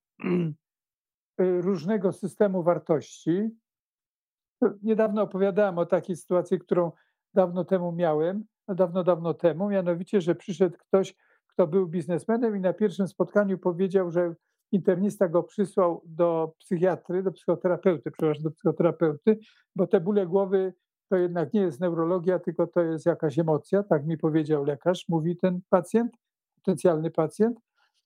y, różnego systemu wartości. No, niedawno opowiadałem o takiej sytuacji, którą dawno temu miałem, no dawno, dawno temu, mianowicie, że przyszedł ktoś, kto był biznesmenem i na pierwszym spotkaniu powiedział, że internista go przysłał do psychiatry, do psychoterapeuty, przepraszam, do psychoterapeuty, bo te bóle głowy to jednak nie jest neurologia, tylko to jest jakaś emocja, tak mi powiedział lekarz, mówi ten pacjent, potencjalny pacjent.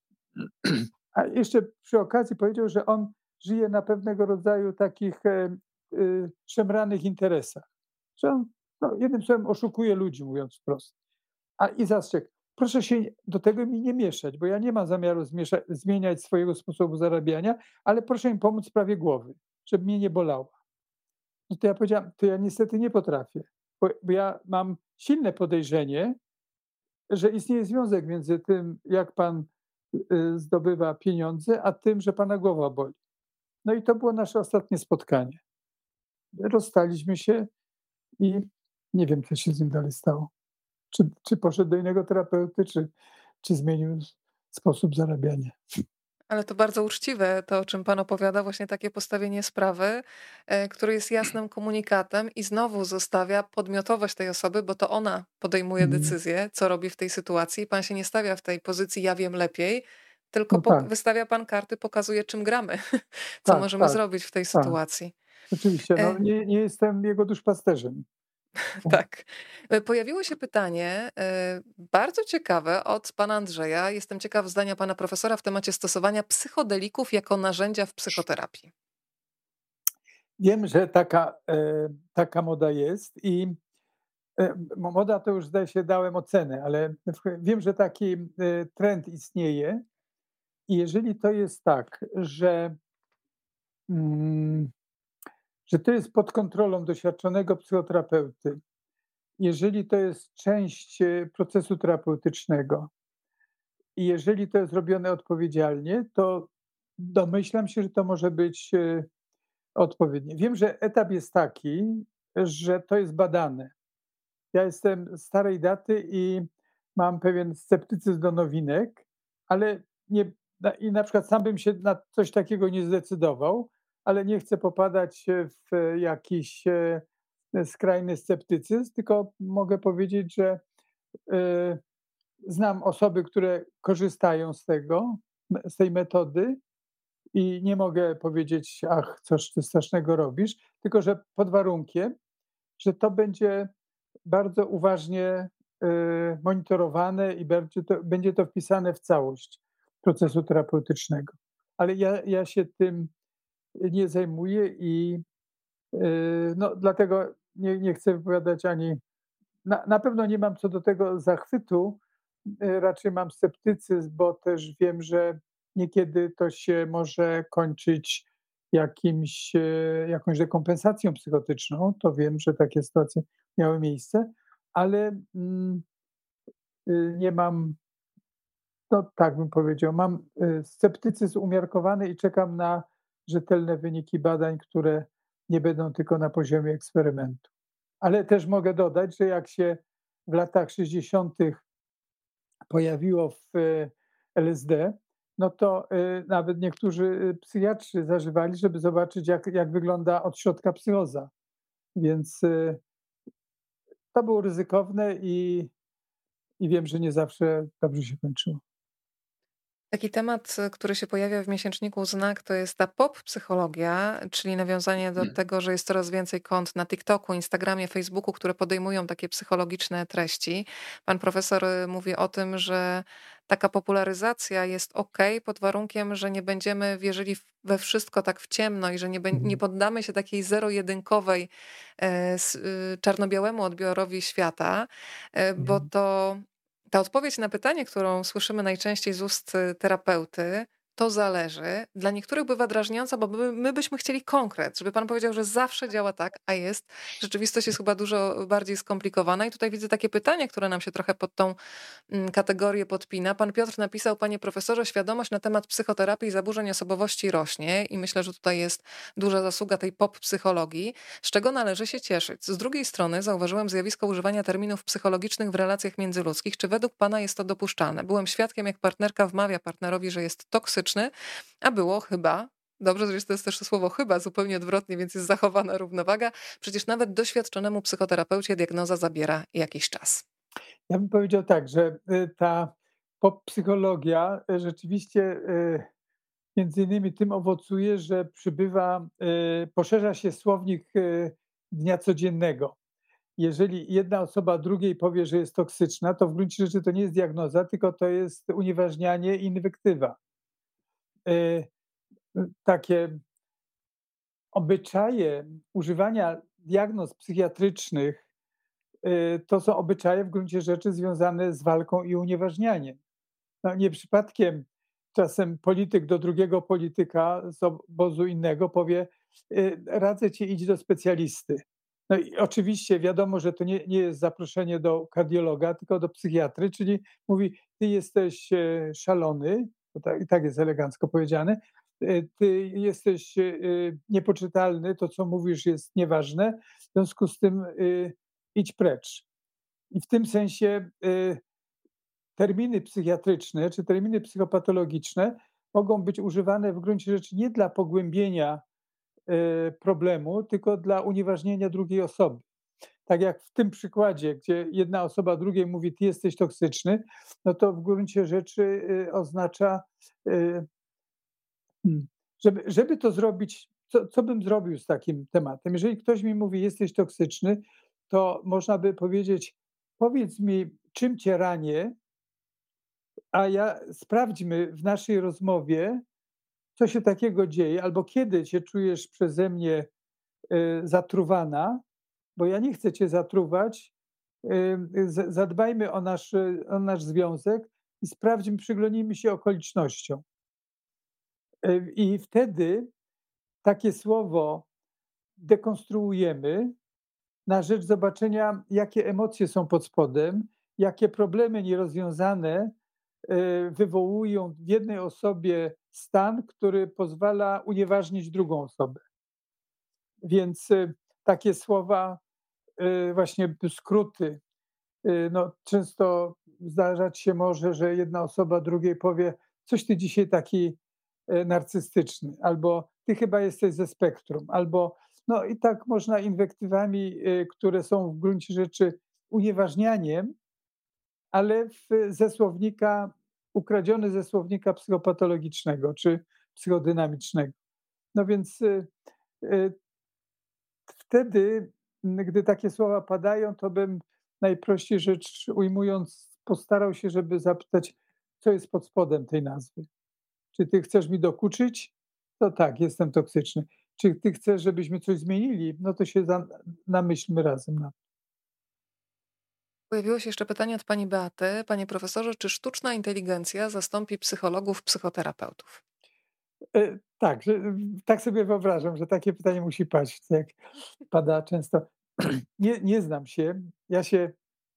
A jeszcze przy okazji powiedział, że on żyje na pewnego rodzaju takich e, y, szemranych interesach. Że on, no, jednym słowem, oszukuje ludzi, mówiąc wprost. A i zastrzegł, proszę się do tego mi nie mieszać, bo ja nie mam zamiaru zmiesza- zmieniać swojego sposobu zarabiania, ale proszę mi pomóc w sprawie głowy, żeby mnie nie bolała. No to ja powiedziałam, to ja niestety nie potrafię, bo, bo ja mam silne podejrzenie, że istnieje związek między tym, jak pan y, zdobywa pieniądze, a tym, że pana głowa boli. No i to było nasze ostatnie spotkanie. Rozstaliśmy się i nie wiem, co się z nim dalej stało. Czy, czy poszedł do innego terapeuty, czy, czy zmienił sposób zarabiania. Ale to bardzo uczciwe, to o czym pan opowiada, właśnie takie postawienie sprawy, e, które jest jasnym komunikatem i znowu zostawia podmiotowość tej osoby, bo to ona podejmuje Mhm. decyzję, co robi w tej sytuacji. Pan się nie stawia w tej pozycji ja wiem lepiej, tylko No pok- tak, wystawia pan karty, pokazuje czym gramy, co tak, możemy tak, zrobić w tej tak. sytuacji. Oczywiście, no E, nie, nie jestem jego duszpasterzem. Tak. E, Pojawiło się pytanie, e, bardzo ciekawe od pana Andrzeja. Jestem ciekaw zdania pana profesora w temacie stosowania psychodelików jako narzędzia w psychoterapii. Wiem, że taka, e, taka moda jest i e, mo- moda to już zdaje się dałem ocenę, ale w- wiem, że taki e, trend istnieje i jeżeli to jest tak, że mm, że to jest pod kontrolą doświadczonego psychoterapeuty, jeżeli to jest część e, procesu terapeutycznego i jeżeli to jest robione odpowiedzialnie, to domyślam się, że to może być e, odpowiednie. Wiem, że etap jest taki, że to jest badane. Ja jestem starej daty i mam pewien sceptycyzm do nowinek, ale nie, na, i na przykład sam bym się na coś takiego nie zdecydował, ale nie chcę popadać w jakiś e, skrajny sceptycyzm, tylko mogę powiedzieć, że e, znam osoby, które korzystają z tego, z tej metody i nie mogę powiedzieć, ach, coś ty strasznego robisz, tylko że pod warunkiem, że to będzie bardzo uważnie y, monitorowane i będzie to, będzie to wpisane w całość procesu terapeutycznego. Ale ja, ja się tym nie zajmuję i y, no, dlatego nie, nie chcę wypowiadać ani. Na, na pewno nie mam co do tego zachwytu, y, raczej mam sceptycyzm, bo też wiem, że niekiedy to się może kończyć jakimś, e, jakąś rekompensacją psychotyczną. To wiem, że takie sytuacje miały miejsce, ale mm, y, nie mam, no tak bym powiedział, mam y, sceptycyzm umiarkowany i czekam na rzetelne wyniki badań, które nie będą tylko na poziomie eksperymentu. Ale też mogę dodać, że jak się w latach sześćdziesiątych pojawiło w e, L S D, no to e, nawet niektórzy e, psychiatrzy zażywali, żeby zobaczyć, jak, jak wygląda od środka psychoza. Więc e, to było ryzykowne i, i wiem, że nie zawsze dobrze się kończyło. Taki temat, y, który się pojawia w miesięczniku Znak, to jest ta pop psychologia, czyli nawiązanie do tego, że jest coraz więcej kont na TikToku, Instagramie, Facebooku, które podejmują takie psychologiczne treści. Pan profesor y, mówi o tym, że taka popularyzacja jest ok, pod warunkiem, że nie będziemy wierzyli w- we wszystko tak w ciemno i że nie, bę- nie Mhm. poddamy się takiej zero-jedynkowej, e, s- y, czarno-białemu odbiorowi świata, e, bo Mhm. to ta odpowiedź na pytanie, którą słyszymy najczęściej z ust y, terapeuty, to zależy, dla niektórych bywa drażniąca, bo my, my byśmy chcieli konkret, żeby pan powiedział, że zawsze działa tak, a jest. Rzeczywistość jest chyba dużo bardziej skomplikowana i tutaj widzę takie pytanie, które nam się trochę pod tą mm, kategorię podpina. Pan Piotr napisał: panie profesorze, świadomość na temat psychoterapii i zaburzeń osobowości rośnie i myślę, że tutaj jest duża zasługa tej pop psychologii, z czego należy się cieszyć. Z drugiej strony zauważyłem zjawisko używania terminów psychologicznych w relacjach międzyludzkich. Czy według pana jest to dopuszczalne? Byłem świadkiem, jak partnerka wmawia partnerowi, że jest toksyczny, a było chyba. Dobrze, że to jest też to słowo chyba zupełnie odwrotnie, więc jest zachowana równowaga. Przecież nawet doświadczonemu psychoterapeucie diagnoza zabiera jakiś czas. Ja bym powiedział tak, że y, ta pop-psychologia y, rzeczywiście y, między innymi tym owocuje, że przybywa, y, poszerza się słownik y, dnia codziennego. Jeżeli jedna osoba drugiej powie, że jest toksyczna, to w gruncie rzeczy to nie jest diagnoza, tylko to jest unieważnianie i inwektywa. Y, Takie obyczaje używania diagnoz psychiatrycznych y, to są obyczaje w gruncie rzeczy związane z walką i unieważnianiem. No, nie przypadkiem czasem polityk do drugiego polityka z obozu innego powie: y, radzę ci, idź do specjalisty. No i oczywiście wiadomo, że to nie, nie jest zaproszenie do kardiologa, tylko do psychiatry, czyli mówi: ty jesteś e, szalony, bo tak, i tak jest elegancko powiedziane, e, ty jesteś e, niepoczytalny, to co mówisz jest nieważne, w związku z tym y, idź precz. I w tym sensie y, terminy psychiatryczne czy terminy psychopatologiczne mogą być używane w gruncie rzeczy nie dla pogłębienia e, problemu, tylko dla unieważnienia drugiej osoby. Tak jak w tym przykładzie, gdzie jedna osoba drugiej mówi: ty jesteś toksyczny, no to w gruncie rzeczy e, oznacza, e, hmm, żeby, żeby to zrobić, co, co bym zrobił z takim tematem? Jeżeli ktoś mi mówi: jesteś toksyczny, to można by powiedzieć: powiedz mi, czym cię ranię, a ja sprawdźmy w naszej rozmowie, co się takiego dzieje, albo kiedy się czujesz przeze mnie y, zatruwana, bo ja nie chcę cię zatruwać. Y, z- zadbajmy o nasz, y, o nasz związek i sprawdźmy, przyglądnijmy się okolicznościom. Y, I wtedy takie słowo dekonstruujemy na rzecz zobaczenia, jakie emocje są pod spodem, jakie problemy nierozwiązane e, wywołują w jednej osobie stan, który pozwala unieważnić drugą osobę. Więc e, takie słowa, e, właśnie skróty, e, no, często zdarzać się może, że jedna osoba drugiej powie: coś ty dzisiaj taki e, narcystyczny, albo ty chyba jesteś ze spektrum, albo no i tak można inwektywami, e, które są w gruncie rzeczy unieważnianiem, ale w, ze słownika, ukradziony ze słownika psychopatologicznego czy psychodynamicznego. No więc y, y, wtedy, gdy takie słowa padają, to bym najprościej rzecz ujmując, postarał się, żeby zapytać, co jest pod spodem tej nazwy. Czy ty chcesz mi dokuczyć? To tak, jestem toksyczny. Czy ty chcesz, żebyśmy coś zmienili? No to się za, namyślmy razem. Na Pojawiło się jeszcze pytanie od pani Beaty. Panie profesorze, czy sztuczna inteligencja zastąpi psychologów, psychoterapeutów? E, tak, że, tak sobie wyobrażam, że takie pytanie musi paść, jak pada często. Nie, nie znam się. Ja się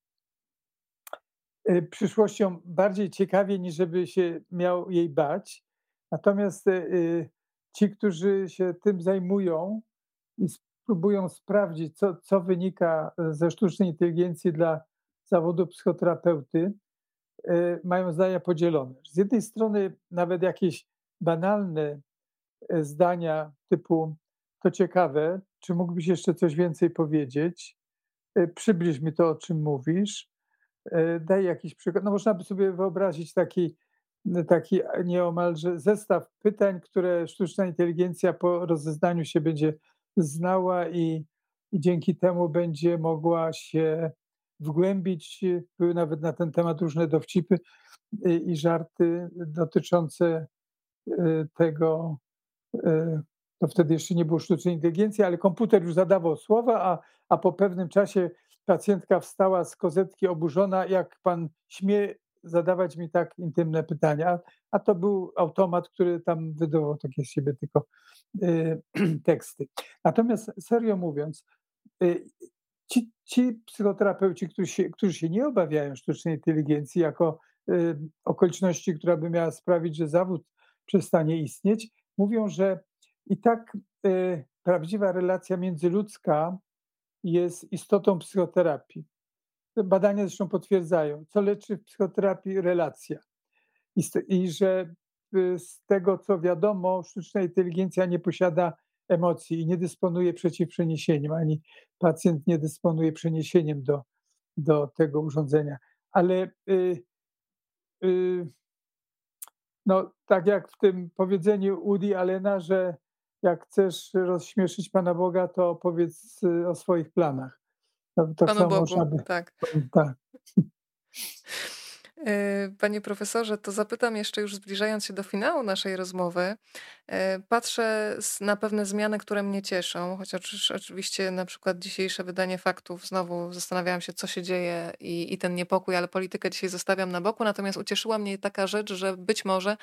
e, przyszłością bardziej ciekawię, niż żeby się miał jej bać. Natomiast e, e, ci, którzy się tym zajmują i spróbują sprawdzić, co, co wynika ze sztucznej inteligencji dla zawodu psychoterapeuty, e, mają zdania podzielone. Z jednej strony nawet jakieś banalne e, zdania typu to ciekawe, czy mógłbyś jeszcze coś więcej powiedzieć? E, Przybliż mi to, o czym mówisz. E, Daj jakiś przykład. No można by sobie wyobrazić taki, taki nieomalże zestaw pytań, które sztuczna inteligencja po rozeznaniu się będzie znała i, i dzięki temu będzie mogła się wgłębić. Były nawet na ten temat różne dowcipy i, i żarty dotyczące e, tego, e, to wtedy jeszcze nie było sztucznej inteligencji, ale komputer już zadawał słowa, a, a po pewnym czasie pacjentka wstała z kozetki oburzona, jak pan śmie zadawać mi tak intymne pytania, a to był automat, który tam wydawał takie z siebie tylko y, teksty. Natomiast serio mówiąc, y, ci, ci psychoterapeuci, którzy się, którzy się nie obawiają sztucznej inteligencji jako y, okoliczności, która by miała sprawić, że zawód przestanie istnieć, mówią, że i tak y, prawdziwa relacja międzyludzka jest istotą psychoterapii. Te badania zresztą potwierdzają, co leczy w psychoterapii relacja. I, z, i że y, z tego, co wiadomo, sztuczna inteligencja nie posiada emocji i nie dysponuje przeciwprzeniesieniem, ani pacjent nie dysponuje przeniesieniem do, do tego urządzenia. Ale y, y, no, tak jak w tym powiedzeniu Woody Allena, że jak chcesz rozśmieszyć Pana Boga, to powiedz y, o swoich planach. No, tak Panu samo Bogu, można by. tak. Tak. E, Panie profesorze, to zapytam jeszcze już zbliżając się do finału naszej rozmowy. E, Patrzę z- na pewne zmiany, które mnie cieszą, chociaż oczywiście na przykład dzisiejsze wydanie faktów, znowu zastanawiałam się, co się dzieje i, i ten niepokój, ale politykę dzisiaj zostawiam na boku. Natomiast ucieszyła mnie taka rzecz, że być może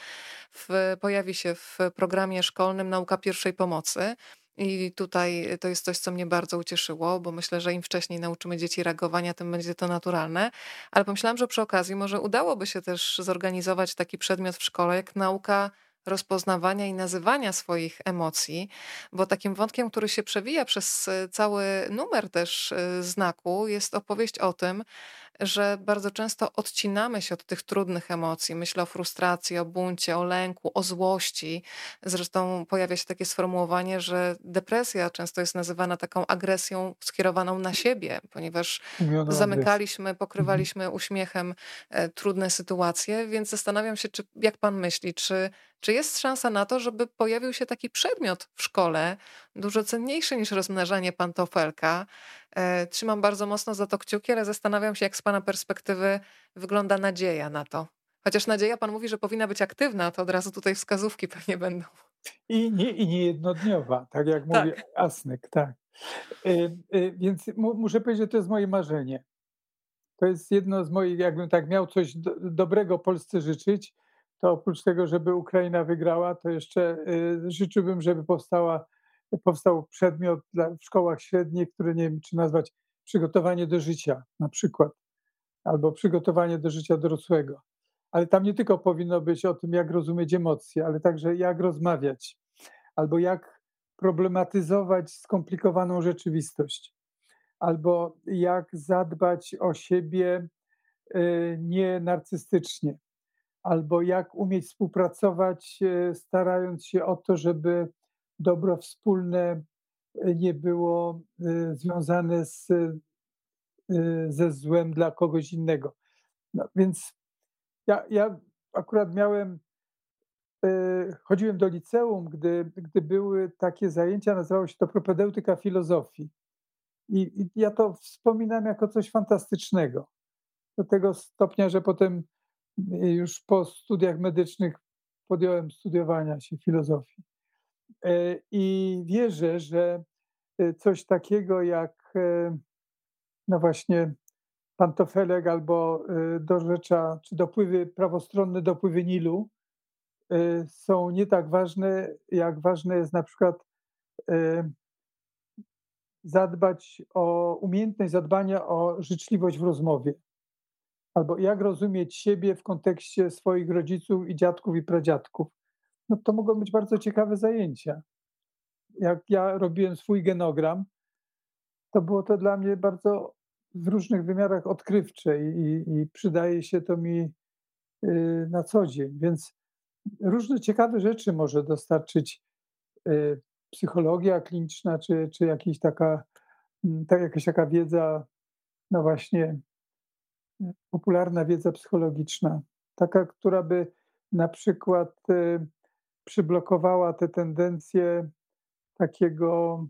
w, pojawi się w programie szkolnym nauka pierwszej pomocy. I tutaj to jest coś, co mnie bardzo ucieszyło, bo myślę, że im wcześniej nauczymy dzieci reagowania, tym będzie to naturalne. Ale pomyślałam, że przy okazji może udałoby się też zorganizować taki przedmiot w szkole, jak nauka rozpoznawania i nazywania swoich emocji, bo takim wątkiem, który się przewija przez e, cały numer też e, znaku, jest opowieść o tym, że bardzo często odcinamy się od tych trudnych emocji. Myślę o frustracji, o buncie, o lęku, o złości. Zresztą pojawia się takie sformułowanie, że depresja często jest nazywana taką agresją skierowaną na siebie, ponieważ Mówiono agresji. zamykaliśmy, Mhm. pokrywaliśmy uśmiechem e, trudne sytuacje, więc zastanawiam się, czy, jak pan myśli, czy, czy jest szansa na to, żeby pojawił się taki przedmiot w szkole, dużo cenniejszy niż rozmnażanie pantofelka. E, Trzymam bardzo mocno za to kciuki, ale zastanawiam się, jak z pana perspektywy wygląda nadzieja na to. Chociaż nadzieja, pan mówi, że powinna być aktywna, to od razu tutaj wskazówki pewnie będą. I nie, i nie jednodniowa, tak jak mówi Tak. Asnyk, tak. Y, y, Więc mu, muszę powiedzieć, że to jest moje marzenie. To jest jedno z moich, jakbym tak miał coś do, dobrego Polsce życzyć, to oprócz tego, żeby Ukraina wygrała, to jeszcze y, życzyłbym, żeby powstała, powstał przedmiot dla, w szkołach średnich, który nie wiem, czy nazwać przygotowanie do życia na przykład, albo przygotowanie do życia dorosłego. Ale tam nie tylko powinno być o tym, jak rozumieć emocje, ale także jak rozmawiać, albo jak problematyzować skomplikowaną rzeczywistość, albo jak zadbać o siebie y, nie narcystycznie, albo jak umieć współpracować, y, starając się o to, żeby dobro wspólne y, nie było y, związane z, y, ze złem dla kogoś innego. No, więc ja, ja akurat miałem, y, chodziłem do liceum, gdy, gdy były takie zajęcia, nazywało się to propedeutyka filozofii. I i ja to wspominam jako coś fantastycznego. Do tego stopnia, że potem, y, już po studiach medycznych podjąłem studiowania się filozofii. E, I wierzę, że, y, coś takiego jak, e, no właśnie pantofelek albo, y, dorzecza czy dopływy prawostronne dopływy Nilu, y, są nie tak ważne, jak ważne jest na przykład, y, zadbać o umiejętność zadbania o życzliwość w rozmowie. Albo jak rozumieć siebie w kontekście swoich rodziców i dziadków i pradziadków. No to mogą być bardzo ciekawe zajęcia. Jak ja robiłem swój genogram, to było to dla mnie bardzo w różnych wymiarach odkrywcze i i i przydaje się to mi, y, na co dzień, więc różne ciekawe rzeczy może dostarczyć, y, psychologia kliniczna czy czy jakiś taka, mm, tak jakaś taka wiedza, no właśnie, y, popularna wiedza psychologiczna, taka, która by na przykład, y, przyblokowała te tendencje takiego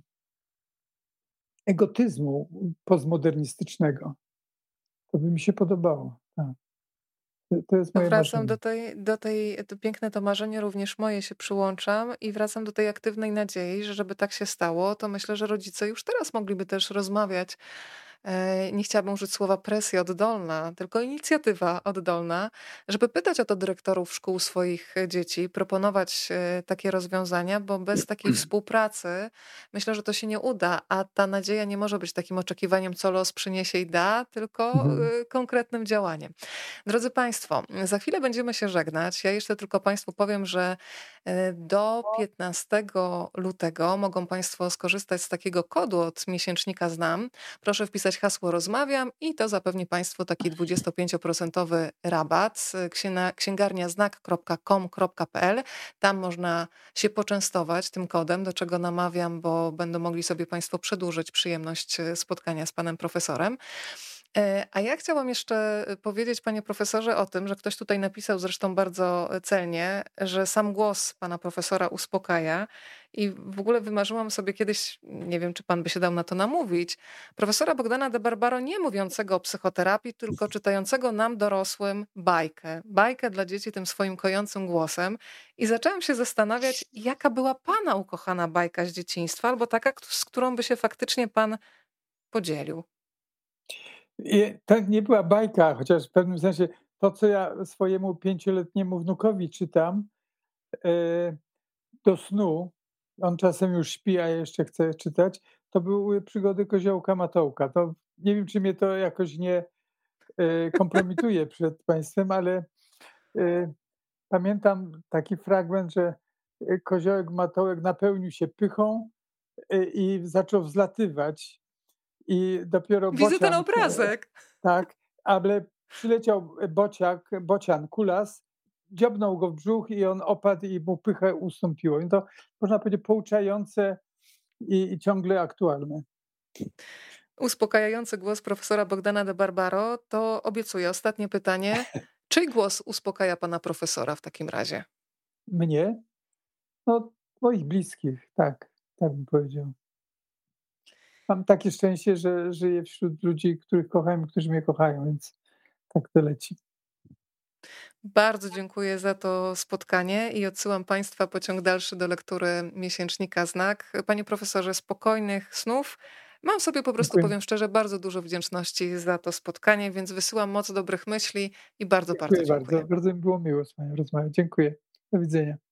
egotyzmu postmodernistycznego. To by mi się podobało, tak. To to jest To moje wracam marzenie. do tej do tej to piękne to marzenie, również moje się przyłączam i wracam do tej aktywnej nadziei, że żeby tak się stało, to myślę, że rodzice już teraz mogliby też rozmawiać. E, nie chciałabym użyć słowa presja oddolna, tylko inicjatywa oddolna, żeby pytać o to dyrektorów szkół swoich e, dzieci, proponować e, takie rozwiązania, bo bez takiej współpracy myślę, że to się nie uda, a ta nadzieja nie może być takim oczekiwaniem, co los przyniesie i da, tylko Mhm. e, konkretnym działaniem. Drodzy Państwo, za chwilę będziemy się żegnać. Ja jeszcze tylko Państwu powiem, że e, do piętnastego lutego mogą Państwo skorzystać z takiego kodu od miesięcznika Znam. Proszę wpisać hasło rozmawiam i to zapewni Państwu taki dwudziestopięcioprocentowy rabat. Księna- księgarnia znak kropka com kropka p l. Tam można się poczęstować tym kodem, do czego namawiam, bo będą mogli sobie Państwo przedłużyć przyjemność e, spotkania z Panem Profesorem. E, A ja chciałam jeszcze e, powiedzieć, panie profesorze, o tym, że ktoś tutaj napisał zresztą bardzo e, celnie, że sam głos pana profesora uspokaja. I w ogóle wymarzyłam sobie kiedyś, nie wiem, czy pan by się dał na to namówić, profesora Bogdana de Barbaro nie mówiącego o psychoterapii, tylko czytającego nam dorosłym bajkę. Bajkę dla dzieci tym swoim kojącym głosem. I zaczęłam się zastanawiać, jaka była pana ukochana bajka z dzieciństwa, albo taka, k- z którą by się faktycznie pan podzielił. I to nie była bajka, chociaż w pewnym sensie to, co ja swojemu pięcioletniemu wnukowi czytam, e, do snu, on czasem już śpi, a ja jeszcze chcę czytać, to były przygody Koziołka Matołka. To nie wiem, czy mnie to jakoś nie, e, kompromituje przed państwem, ale, e, pamiętam taki fragment, że, e, Koziołek Matołek napełnił się pychą, e, i zaczął wzlatywać i dopiero Widzę ten bocian, obrazek. tak, ale przyleciał bociak, bocian, kulas, dziobnął go w brzuch i on opadł i mu pychę ustąpiło. I to można powiedzieć pouczające i i ciągle aktualne. Uspokajający głos profesora Bogdana de Barbaro, to obiecuję ostatnie pytanie. Czyj głos uspokaja pana profesora w takim razie? Mnie? No, moich bliskich, tak, tak bym powiedział. Mam takie szczęście, że żyję wśród ludzi, których kocham i którzy mnie kochają, więc tak to leci. Bardzo dziękuję za to spotkanie i odsyłam państwa pociąg dalszy do lektury miesięcznika Znak. Panie profesorze, spokojnych snów. Mam sobie po prostu, Dziękuję. powiem szczerze, bardzo dużo wdzięczności za to spotkanie, więc wysyłam moc dobrych myśli i bardzo, bardzo Dziękuję bardzo. dziękuję. Bardzo mi było miło z panią rozmawiać. Dziękuję. Do widzenia.